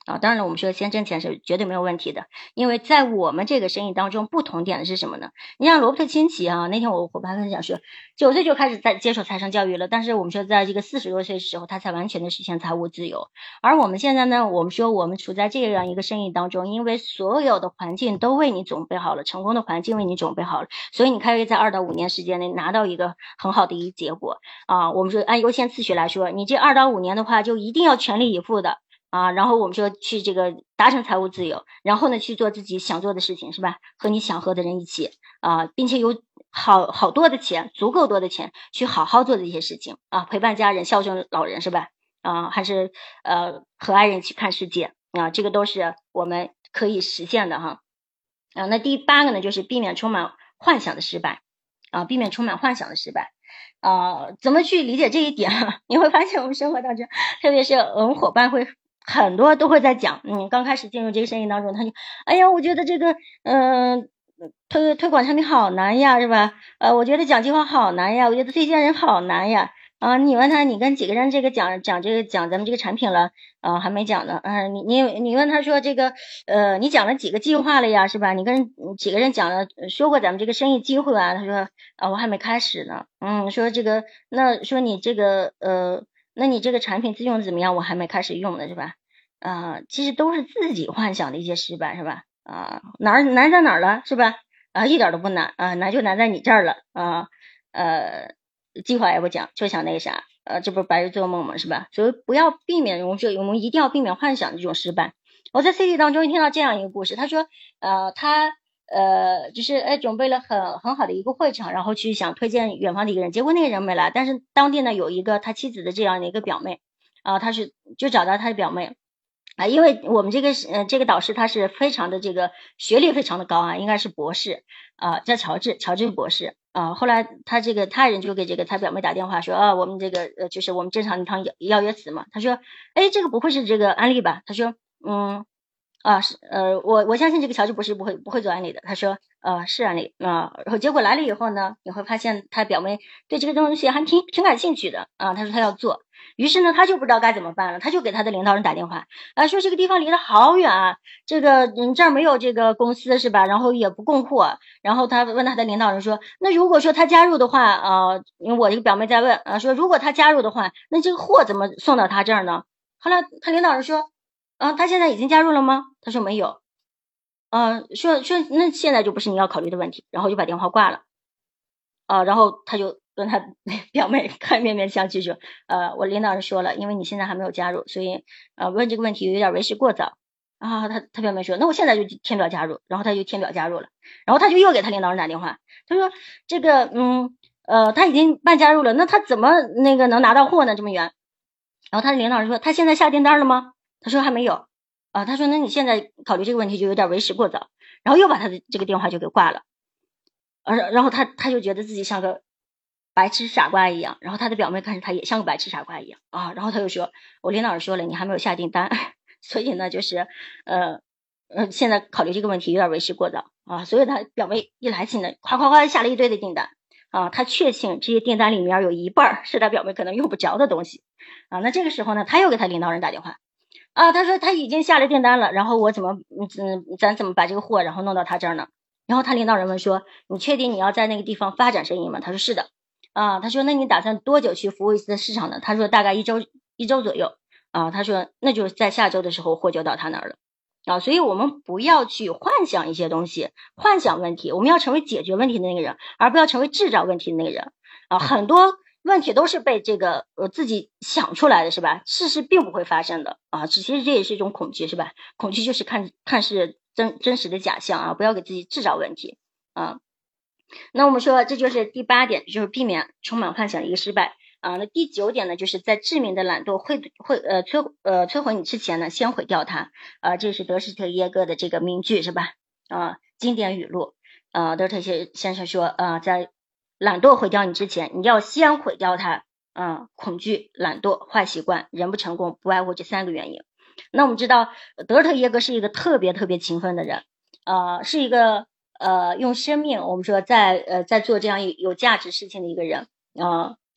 啊，当然了，我们说先挣钱是绝对没有问题的，因为在我们这个生意当中，不同点的是什么呢？你像罗伯特清崎啊，那天我伙伴分享说，9岁就开始在接受财商教育了，但是我们说在这个40多岁的时候，他才完全的实现财务自由。而我们现在呢，我们说我们处在这样一个生意当中，因为所有的环境都为你准备好了，成功的环境为你准备好了，所以你可以在2到5年时间内拿到一个很好的一个结果啊。我们说按优先次序来说，你这2到5年的话，就一定要全力以赴的。啊，然后我们说去这个达成财务自由，然后呢去做自己想做的事情，是吧？和你想和的人一起啊，并且有好多的钱，足够多的钱去好好做这些事情啊，陪伴家人，孝顺老人，是吧？啊，还是和爱人去看世界啊，这个都是我们可以实现的哈。啊，那第8个呢，就是避免充满幻想的失败啊，避免充满幻想的失败。怎么去理解这一点啊？你会发现我们生活当中，特别是我们伙伴会很多都会在讲，刚开始进入这个生意当中，他就，哎呀，我觉得这个，推广产品好难呀，是吧？我觉得讲计划好难呀，我觉得推荐人好难呀。啊，你问他，你跟几个人这个讲咱们这个产品了？还没讲呢。你问他说这个，你讲了几个计划了呀？是吧？你跟几个人讲了，说过咱们这个生意机会啊？他说，我还没开始呢。说这个，那说你这个，那你这个产品自用的怎么样？我还没开始用呢，是吧？其实都是自己幻想的一些失败，是吧？难在哪儿了，是吧？一点都不难啊，难就难在你这儿了啊。计划也不讲，就想那个啥，这不是白日做梦嘛，是吧？所以不要避免，我们一定要避免幻想这种失败。我在 CT 当中听到这样一个故事，他说，他就是准备了很好的一个会场，然后去想推荐远方的一个人，结果那个人没来，但是当地呢有一个他妻子的这样的一个表妹，就找到他的表妹。因为我们这个导师他是非常的这个学历非常的高啊，应该是博士叫乔治博士后来他人就给他表妹打电话说我们这个就是我们正常一趟邀约词嘛，他说这个不会是这个安利吧？他说是我相信这个乔治博士不会做安利的。他说是安利然后结果来了以后呢，你会发现他表妹对这个东西还挺感兴趣的他说他要做，于是呢他就不知道该怎么办了，他就给他的领导人打电话说这个地方离得好远啊，这个这儿没有这个公司是吧？然后也不供货，然后他问他的领导人说，那如果说他加入的话因为我这个表妹在问说如果他加入的话，那这个货怎么送到他这儿呢？后来他领导人说他现在已经加入了吗？他说没有。说那现在就不是你要考虑的问题，然后就把电话挂了。然后他就跟他表妹看面相觑说，我领导人说了，因为你现在还没有加入，所以问这个问题有点为时过早。他表妹说，那我现在就填表加入，然后他就填表加入了，然后他就又给他领导人打电话，他说这个他已经办加入了，那他怎么那个能拿到货呢？这么远？然后他的领导人说，他现在下订单了吗？他说还没有他说那你现在考虑这个问题就有点为时过早，然后又把他的这个电话就给挂了。然后他就觉得自己像个白痴傻瓜一样，然后他的表妹看着他也像个白痴傻瓜一样然后他又说，我领导人说了，你还没有下订单，所以呢就是现在考虑这个问题有点为时过早所以他表妹一来劲呢，夸下了一堆的订单他确信这些订单里面有一半是他表妹可能用不着的东西那这个时候呢，他又给他领导人打电话他说他已经下了订单了，然后我咱怎么把这个货然后弄到他这儿呢？然后他领导人问说，你确定你要在那个地方发展生意吗？他说是的他说那你打算多久去服务一次市场呢？他说大概一周左右他说那就在下周的时候货就到他那儿了所以我们不要去幻想一些东西，幻想问题，我们要成为解决问题的那个人，而不要成为制造问题的那个人很多问题都是被这个自己想出来的，是吧？事实并不会发生的其实这也是一种恐惧，是吧？恐惧就是看是真实的假象不要给自己制造问题那我们说这就是第8点，就是避免充满幻想的一个失败那第9点呢，就是在致命的懒惰会摧毁你之前呢，先毁掉它这是德施特耶格的这个名句，是吧？经典语录德施特先生说在懒惰毁掉你之前，你要先毁掉它恐惧、懒惰、坏习惯，人不成功不外乎这3个原因。那我们知道德施特耶格是一个特别勤奋的人是一个用生命我们说在做这样有价值事情的一个人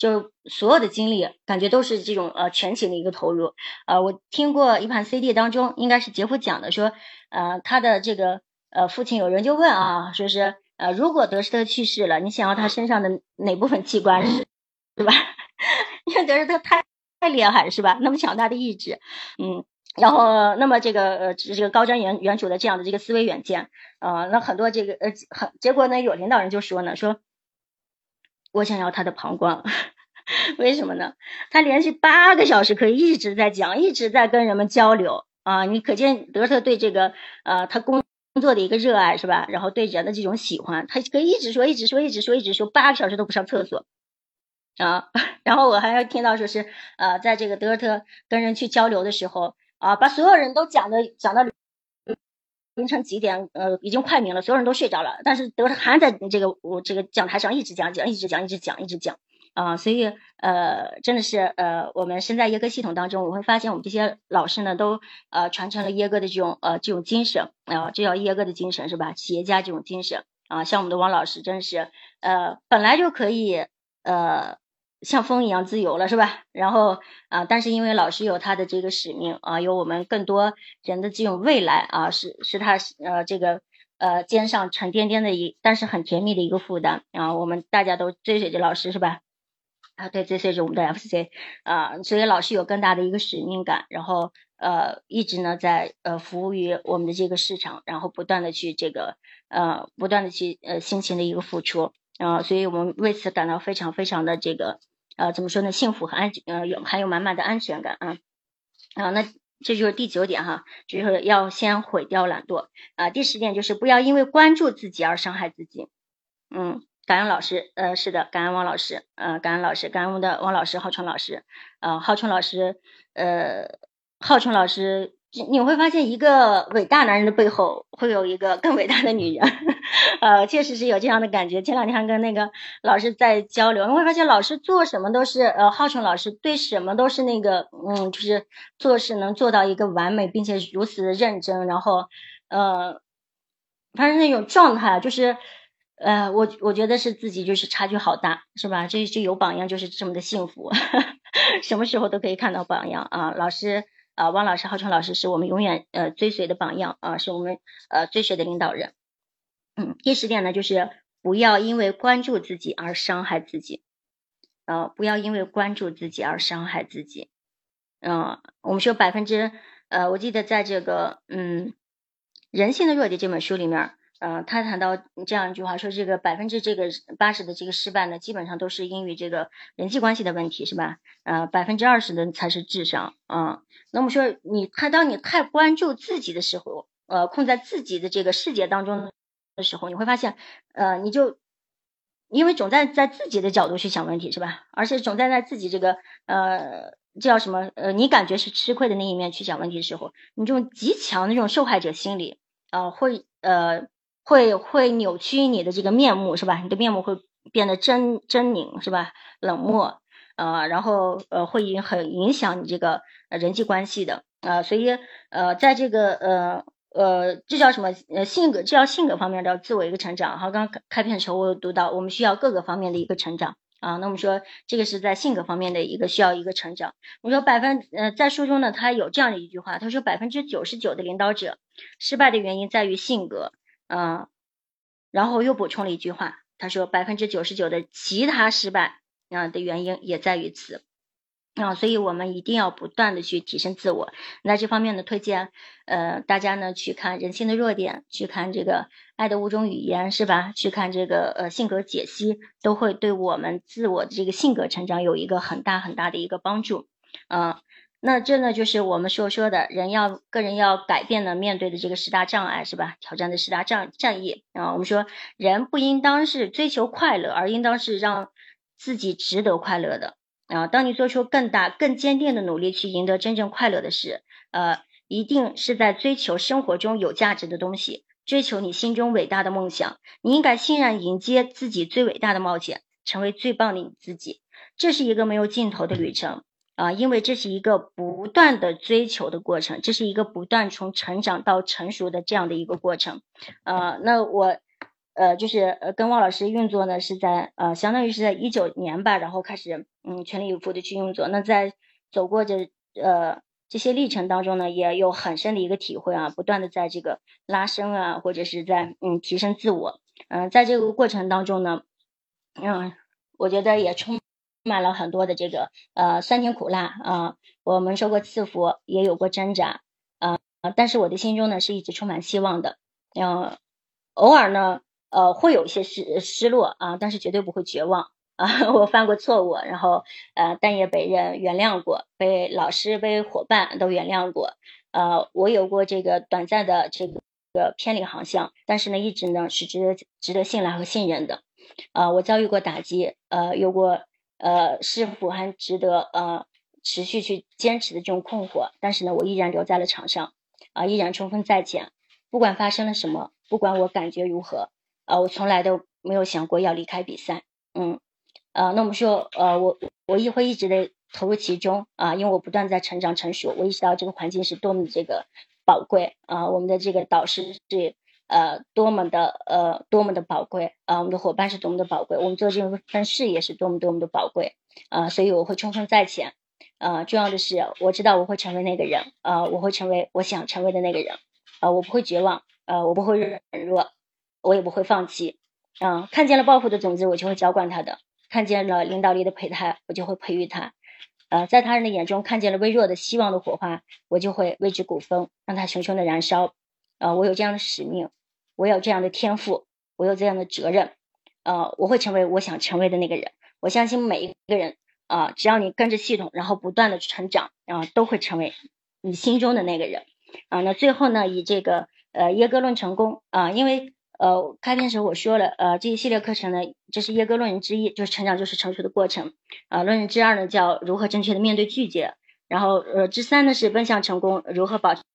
就所有的精力感觉都是这种全情的一个投入。我听过一盘 CD 当中，应该是杰夫讲的，说他的这个父亲有人就问啊，说是如果德士特去世了，你想要他身上的哪部分器官是吧？因为德士特太厉害是吧？那么强大的意志，然后那么这个高瞻远瞩的这样的这个思维远见，那很多这个结果呢，有领导人就说呢，说我想要他的膀胱。为什么呢？他连续8个小时可以一直在讲，一直在跟人们交流啊！你可见德特对这个他工作的一个热爱是吧？然后对人的这种喜欢，他可以一直说8个小时都不上厕所啊！然后我还要听到说是在这个德特跟人去交流的时候啊，把所有人都讲到凌晨几点，已经快明了，所有人都睡着了，但是德特还在这个讲台上一直讲。所以真的是我们身在耶格系统当中，我会发现我们这些老师呢都传承了耶格的这种精神这叫耶格的精神是吧？企业家这种精神像我们的王老师真是本来就可以像风一样自由了是吧？然后但是因为老师有他的这个使命有我们更多人的这种未来是他这个肩上沉甸甸的但是很甜蜜的一个负担我们大家都追随着老师是吧？对，追随着我们的 FC 所以老师有更大的一个使命感，然后一直呢在服务于我们的这个市场，然后不断的去辛勤的一个付出所以我们为此感到非常非常的这个怎么说呢，幸福和还有满满的安全感那这就是第9点哈，就是要先毁掉懒惰第10点就是不要因为关注自己而伤害自己感恩老师，是的，感恩王老师，感恩老师，感恩我们的王老师、浩春老师，浩春老师，你会发现一个伟大男人的背后会有一个更伟大的女人，确实是有这样的感觉。前2天还跟那个老师在交流，你会发现老师做什么都是，浩春老师对什么都是那个，就是做事能做到一个完美，并且如此的认真，然后，反正那种状态就是。我觉得是自己就是差距好大，是吧？这有榜样就是这么的幸福，什么时候都可以看到榜样老师汪老师、浩春老师是我们永远追随的榜样是我们追随的领导人。第10点呢，就是不要因为关注自己而伤害自己，不要因为关注自己而伤害自己。我们说我记得在这个人性的弱点这本书里面。他谈到这样一句话，说这个80%的这个失败呢，基本上都是因为这个人际关系的问题，是吧？20%的才是智商那么说当你太关注自己的时候，困在自己的这个世界当中的时候，你会发现，你就因为总在自己的角度去想问题，是吧？而且总在自己这个叫什么你感觉是吃亏的那一面去想问题的时候，你这种极强的这种受害者心理会扭曲你的这个面目，是吧？你的面目会变得狰狞，是吧？冷漠，然后会很影响你这个人际关系的所以在这个这叫什么性格，这叫性格方面的自我一个成长。好，刚刚开篇的时候我有读到，我们需要各个方面的一个成长那我们说这个是在性格方面的一个需要一个成长。我说在书中呢，他有这样的一句话，他说99%的领导者失败的原因在于性格然后又补充了一句话，他说99%的其他失败的原因也在于此所以我们一定要不断的去提升自我。那这方面呢，推荐大家呢去看人性的弱点，去看这个爱的5种语言，是吧？去看这个性格解析，都会对我们自我的这个性格成长有一个很大很大的一个帮助那这呢就是我们说的个人要改变的面对的这个10大障碍，是吧？挑战的10大战役我们说人不应当是追求快乐，而应当是让自己值得快乐的当你做出更大更坚定的努力去赢得真正快乐的事一定是在追求生活中有价值的东西，追求你心中伟大的梦想。你应该欣然迎接自己最伟大的冒险，成为最棒的你自己。这是一个没有尽头的旅程因为这是一个不断的追求的过程，这是一个不断从成长到成熟的这样的一个过程那跟汪老师运作呢是在相当于是在19年吧，然后开始全力以赴的去运作。那在走过这些历程当中呢，也有很深的一个体会啊，不断的在这个拉伸啊，或者是在提升自我。在这个过程当中呢，我觉得也充满了很多的这个酸甜苦辣啊，我们受过赐福，也有过挣扎但是我的心中呢是一直充满希望的。偶尔呢会有一些失落啊，但是绝对不会绝望啊。我犯过错误，然后但也被人原谅过，被老师、被伙伴都原谅过。我有过这个短暂的这个偏离航向，但是呢一直呢是值得信赖和信任的。我遭遇过打击，有过是否还值得持续去坚持的这种困惑，但是呢我依然留在了场上依然冲锋在前，不管发生了什么，不管我感觉如何我从来都没有想过要离开比赛。那我们说我也会一直的投入其中因为我不断在成长成熟，我意识到这个环境是多么的这个宝贵我们的这个导师是多么的宝贵我们的伙伴是多么的宝贵，我们做这份事业是多么的宝贵所以我会冲锋在前重要的是我知道我会成为那个人我会成为我想成为的那个人我不会绝望我不会软弱，我也不会放弃看见了抱负的种子我就会浇灌它的，看见了领导力的胚胎我就会培育它在他人的眼中看见了微弱的希望的火花，我就会为之鼓风，让它熊熊的燃烧我有这样的使命，我有这样的天赋，我有这样的责任我会成为我想成为的那个人。我相信每一个人只要你跟着系统然后不断的成长都会成为你心中的那个人那最后呢以这个耶格论成功因为开篇时候我说了这一系列课程呢这是耶格论人之一，就是成长就是成熟的过程论人之二呢叫如何正确的面对拒绝，然后之三呢是奔向成功如何保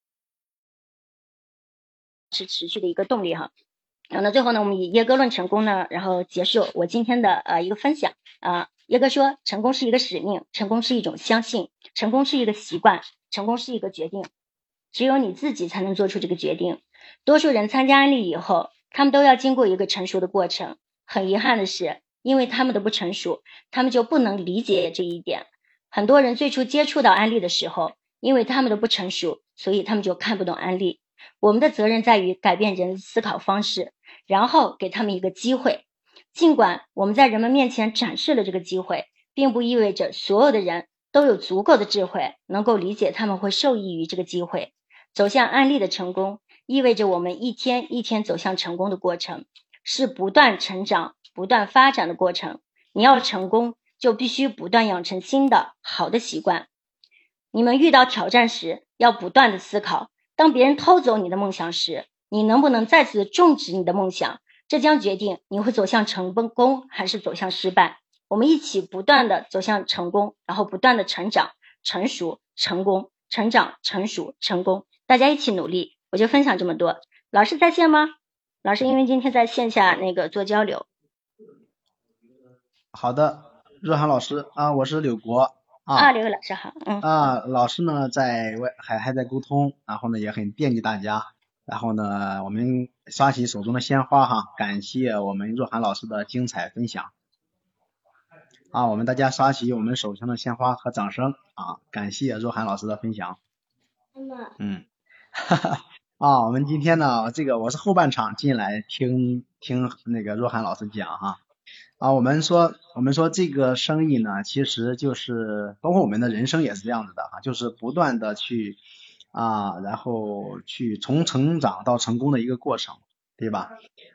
持持续的一个动力哈那最后呢我们以耶格论成功呢然后结束我今天的一个分享耶格说成功是一个使命，成功是一种相信，成功是一个习惯，成功是一个决定，只有你自己才能做出这个决定。多数人参加安利以后他们都要经过一个成熟的过程，很遗憾的是因为他们的不成熟他们就不能理解这一点。很多人最初接触到安利的时候因为他们的不成熟所以他们就看不懂安利。我们的责任在于改变人的思考方式，然后给他们一个机会。尽管我们在人们面前展示了这个机会，并不意味着所有的人都有足够的智慧能够理解他们会受益于这个机会。走向安利的成功意味着我们一天一天走向成功的过程，是不断成长不断发展的过程。你要成功就必须不断养成新的好的习惯。你们遇到挑战时要不断的思考，当别人偷走你的梦想时，你能不能再次种植你的梦想，这将决定你会走向成功还是走向失败。我们一起不断的走向成功，然后不断的成长成熟成功，成长成熟成功，大家一起努力。我就分享这么多。老师在线吗？老师因为今天在线下那个做交流。 好的，若涵老师我是柳国刘老师好老师呢在还在沟通，然后呢也很惦记大家，然后呢我们刷起手中的鲜花感谢我们若涵老师的精彩分享我们大家刷起我们手上的鲜花和掌声感谢若涵老师的分享我们今天呢我是后半场进来听那个若涵老师讲我们说这个生意呢其实就是包括我们的人生也是这样子的就是不断的去然后去从成长到成功的一个过程，对吧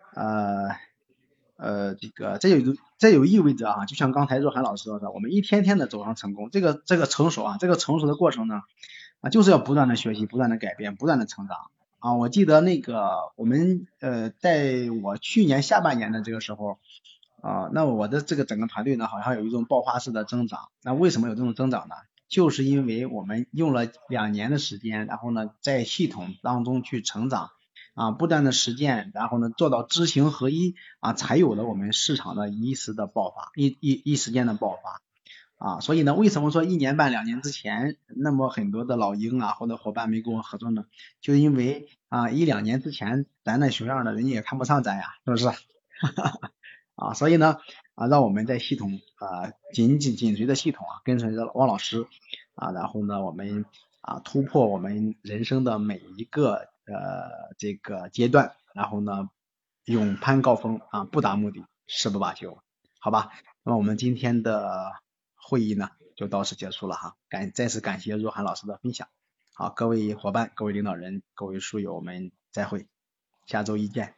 这有意味着就像刚才若涵老师说的，我们一天天的走上成功，这个成熟这个成熟的过程呢就是要不断的学习，不断的改变，不断的成长我记得那个我们在我去年下半年的这个时候那我的这个整个团队呢好像有一种爆发式的增长。那为什么有这种增长呢？就是因为我们用了2年的时间，然后呢在系统当中去成长不断的实践，然后呢做到知行合一才有了我们市场的一时的爆发，一时间的爆发所以呢为什么说1年半2年之前那么很多的老鹰或者伙伴没跟我合作呢？就因为1-2年之前咱那熊样的人家也看不上咱呀，是不是所以呢让我们在系统紧随着系统跟随着汪老师然后呢我们突破我们人生的每一个这个阶段，然后呢勇攀高峰不达目的誓不罢休，好吧？那么我们今天的会议呢就到此结束了哈，再次感谢若涵老师的分享。好，各位伙伴、各位领导人、各位书友，我们再会，下周一见。